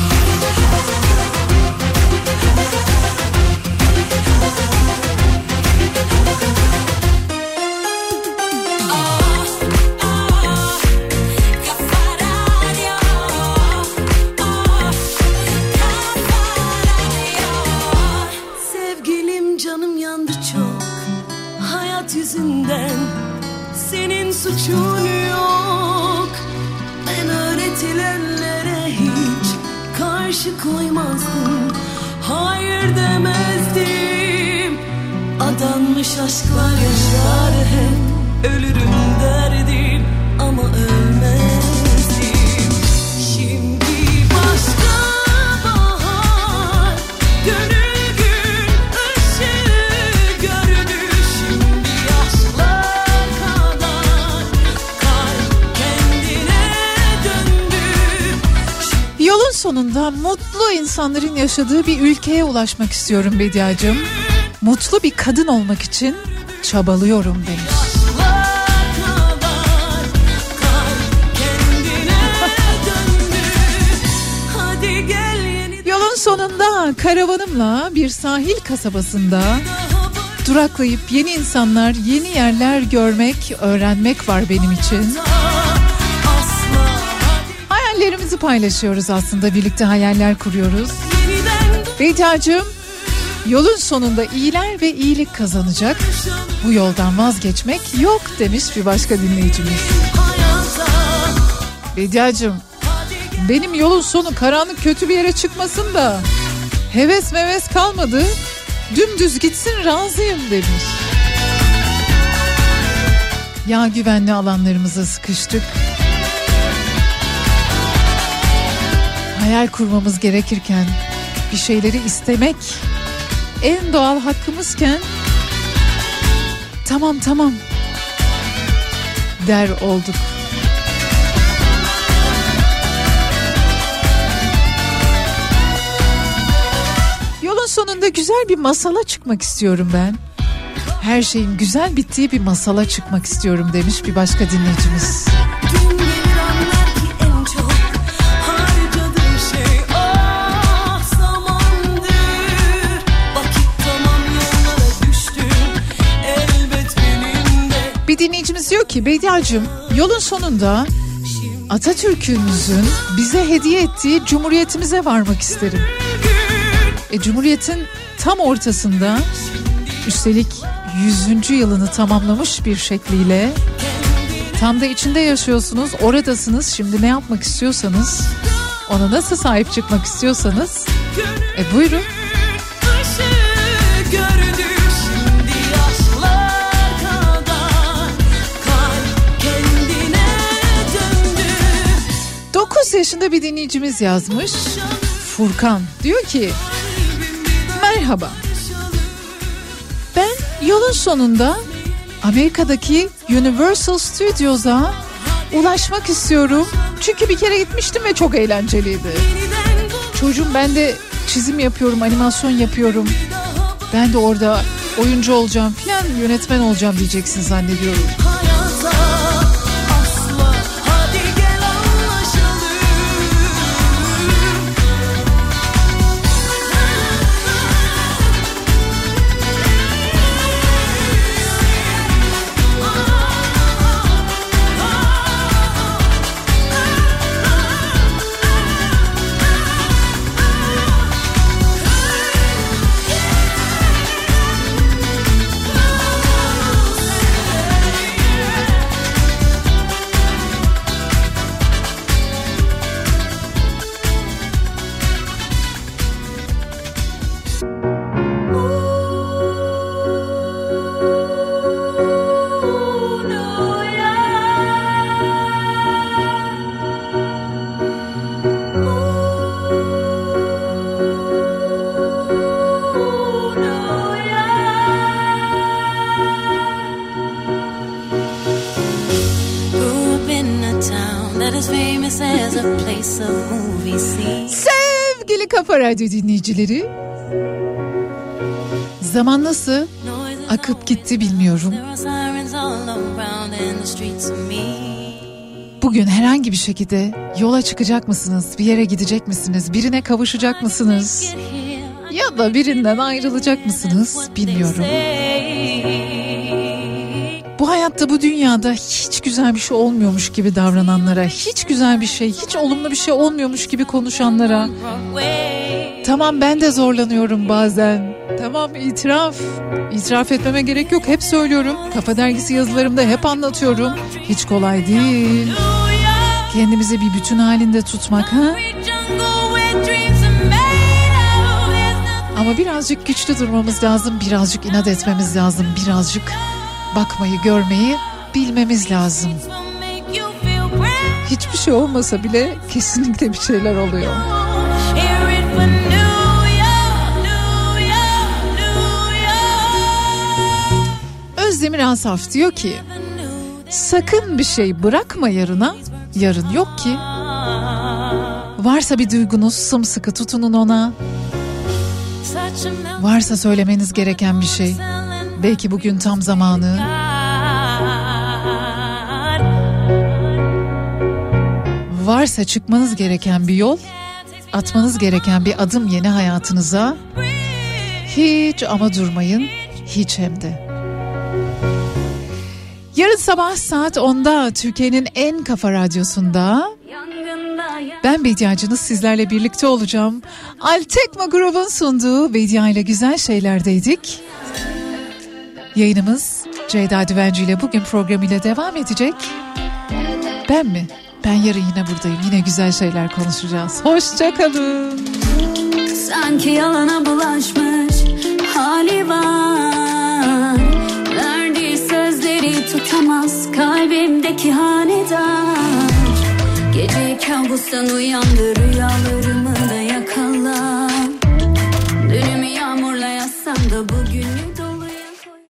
Sevgilim canım yandı çok hayat yüzünden. Senin suçun yok. Ben öğretilenlere hiç karşı koymazdım. Hayır demezdim. Adanmış aşklar yaşar hep. Ölürüm derdim ama ölmezdim. Şimdi başka bahar, gönül gün ışığı gördü. Şimdi yaşlar kadar kalp kendine döndü. Yolun sonunda mutlu insanların yaşadığı bir ülkeye ulaşmak istiyorum Bediacığım. Mutlu bir kadın olmak için çabalıyorum demiş. Yolun sonunda karavanımla bir sahil kasabasında duraklayıp yeni insanlar, yeni yerler görmek, öğrenmek var benim için. Hayallerimizi paylaşıyoruz aslında, birlikte hayaller kuruyoruz. Bediacığım, yolun sonunda iyiler ve iyilik kazanacak. Bu yoldan vazgeçmek yok demiş bir başka dinleyicimiz. Bediacığım, benim yolun sonu karanlık kötü bir yere çıkmasın da heves meves kalmadı, dümdüz gitsin razıyım demiş. Ya güvenli alanlarımıza sıkıştık. Hayal kurmamız gerekirken, bir şeyleri istemek en doğal hakkımızken tamam tamam der olduk. sonunda güzel bir masala çıkmak istiyorum ben. Her şeyin güzel bittiği bir masala çıkmak istiyorum demiş bir başka dinleyicimiz. Gün gelir anlar ki en çok harcadığım şey ah zamandır. Vakit tamam yollara düştüm elbet benim de. Bir dinleyicimiz diyor ki Bediacığım, yolun sonunda Atatürk'ümüzün bize hediye ettiği Cumhuriyetimize varmak isterim. E, Cumhuriyet'in tam ortasında, üstelik yüzüncü yılını tamamlamış bir şekliyle, tam da içinde yaşıyorsunuz, oradasınız. Şimdi ne yapmak istiyorsanız, ona nasıl sahip çıkmak istiyorsanız, e buyurun. dokuz yaşında bir dinleyicimiz yazmış. Furkan diyor ki merhaba, ben yolun sonunda Amerika'daki Universal Studios'a ulaşmak istiyorum. Çünkü bir kere gitmiştim ve çok eğlenceliydi. Çocuğum, ben de çizim yapıyorum, animasyon yapıyorum. Ben de orada oyuncu olacağım filan, yönetmen olacağım diyeceksin zannediyorum. Sevgili Kafa Radyo dinleyicileri, zaman nasıl akıp gitti bilmiyorum. Bugün herhangi bir şekilde yola çıkacak mısınız? Bir yere gidecek misiniz? Birine kavuşacak mısınız? Ya da birinden ayrılacak mısınız? Bilmiyorum. Bu hayatta, bu dünyada hiç güzel bir şey olmuyormuş gibi davrananlara, hiç güzel bir şey, hiç olumlu bir şey olmuyormuş gibi konuşanlara, tamam ben de zorlanıyorum bazen, tamam itiraf, itiraf etmeme gerek yok, hep söylüyorum, Kafa Dergisi yazılarımda hep anlatıyorum, hiç kolay değil. Kendimizi bir bütün halinde tutmak, ha? Ama birazcık güçlü durmamız lazım, birazcık inat etmemiz lazım, birazcık bakmayı, görmeyi bilmemiz lazım. Hiçbir şey olmasa bile kesinlikle bir şeyler oluyor. Özdemir Asaf diyor ki sakın bir şey bırakma yarına, yarın yok ki. Varsa bir duygunuz, sımsıkı tutunun ona. Varsa söylemeniz gereken bir şey, belki bugün tam zamanı. Varsa çıkmanız gereken bir yol, atmanız gereken bir adım yeni hayatınıza. Hiç ama durmayın, hiç hem de. Yarın sabah saat onda Türkiye'nin en kafa radyosunda ben Bediacınız sizlerle birlikte olacağım. Altekma grubun sunduğu Bedia ile güzel şeylerdeydik. Yayınımız Ceyda Düvenci ile bugün programıyla devam edecek. Ben mi? Ben yarın yine buradayım. Yine güzel şeyler konuşacağız. Hoşça kalın. Sanki yalana bulaşmış hali var. Verdiği sözleri tutamaz kalbimdeki hanedar. Gece kabustan uyandı, rüyalarımı da yakala. Dünümü yağmurla yazsam da bugünü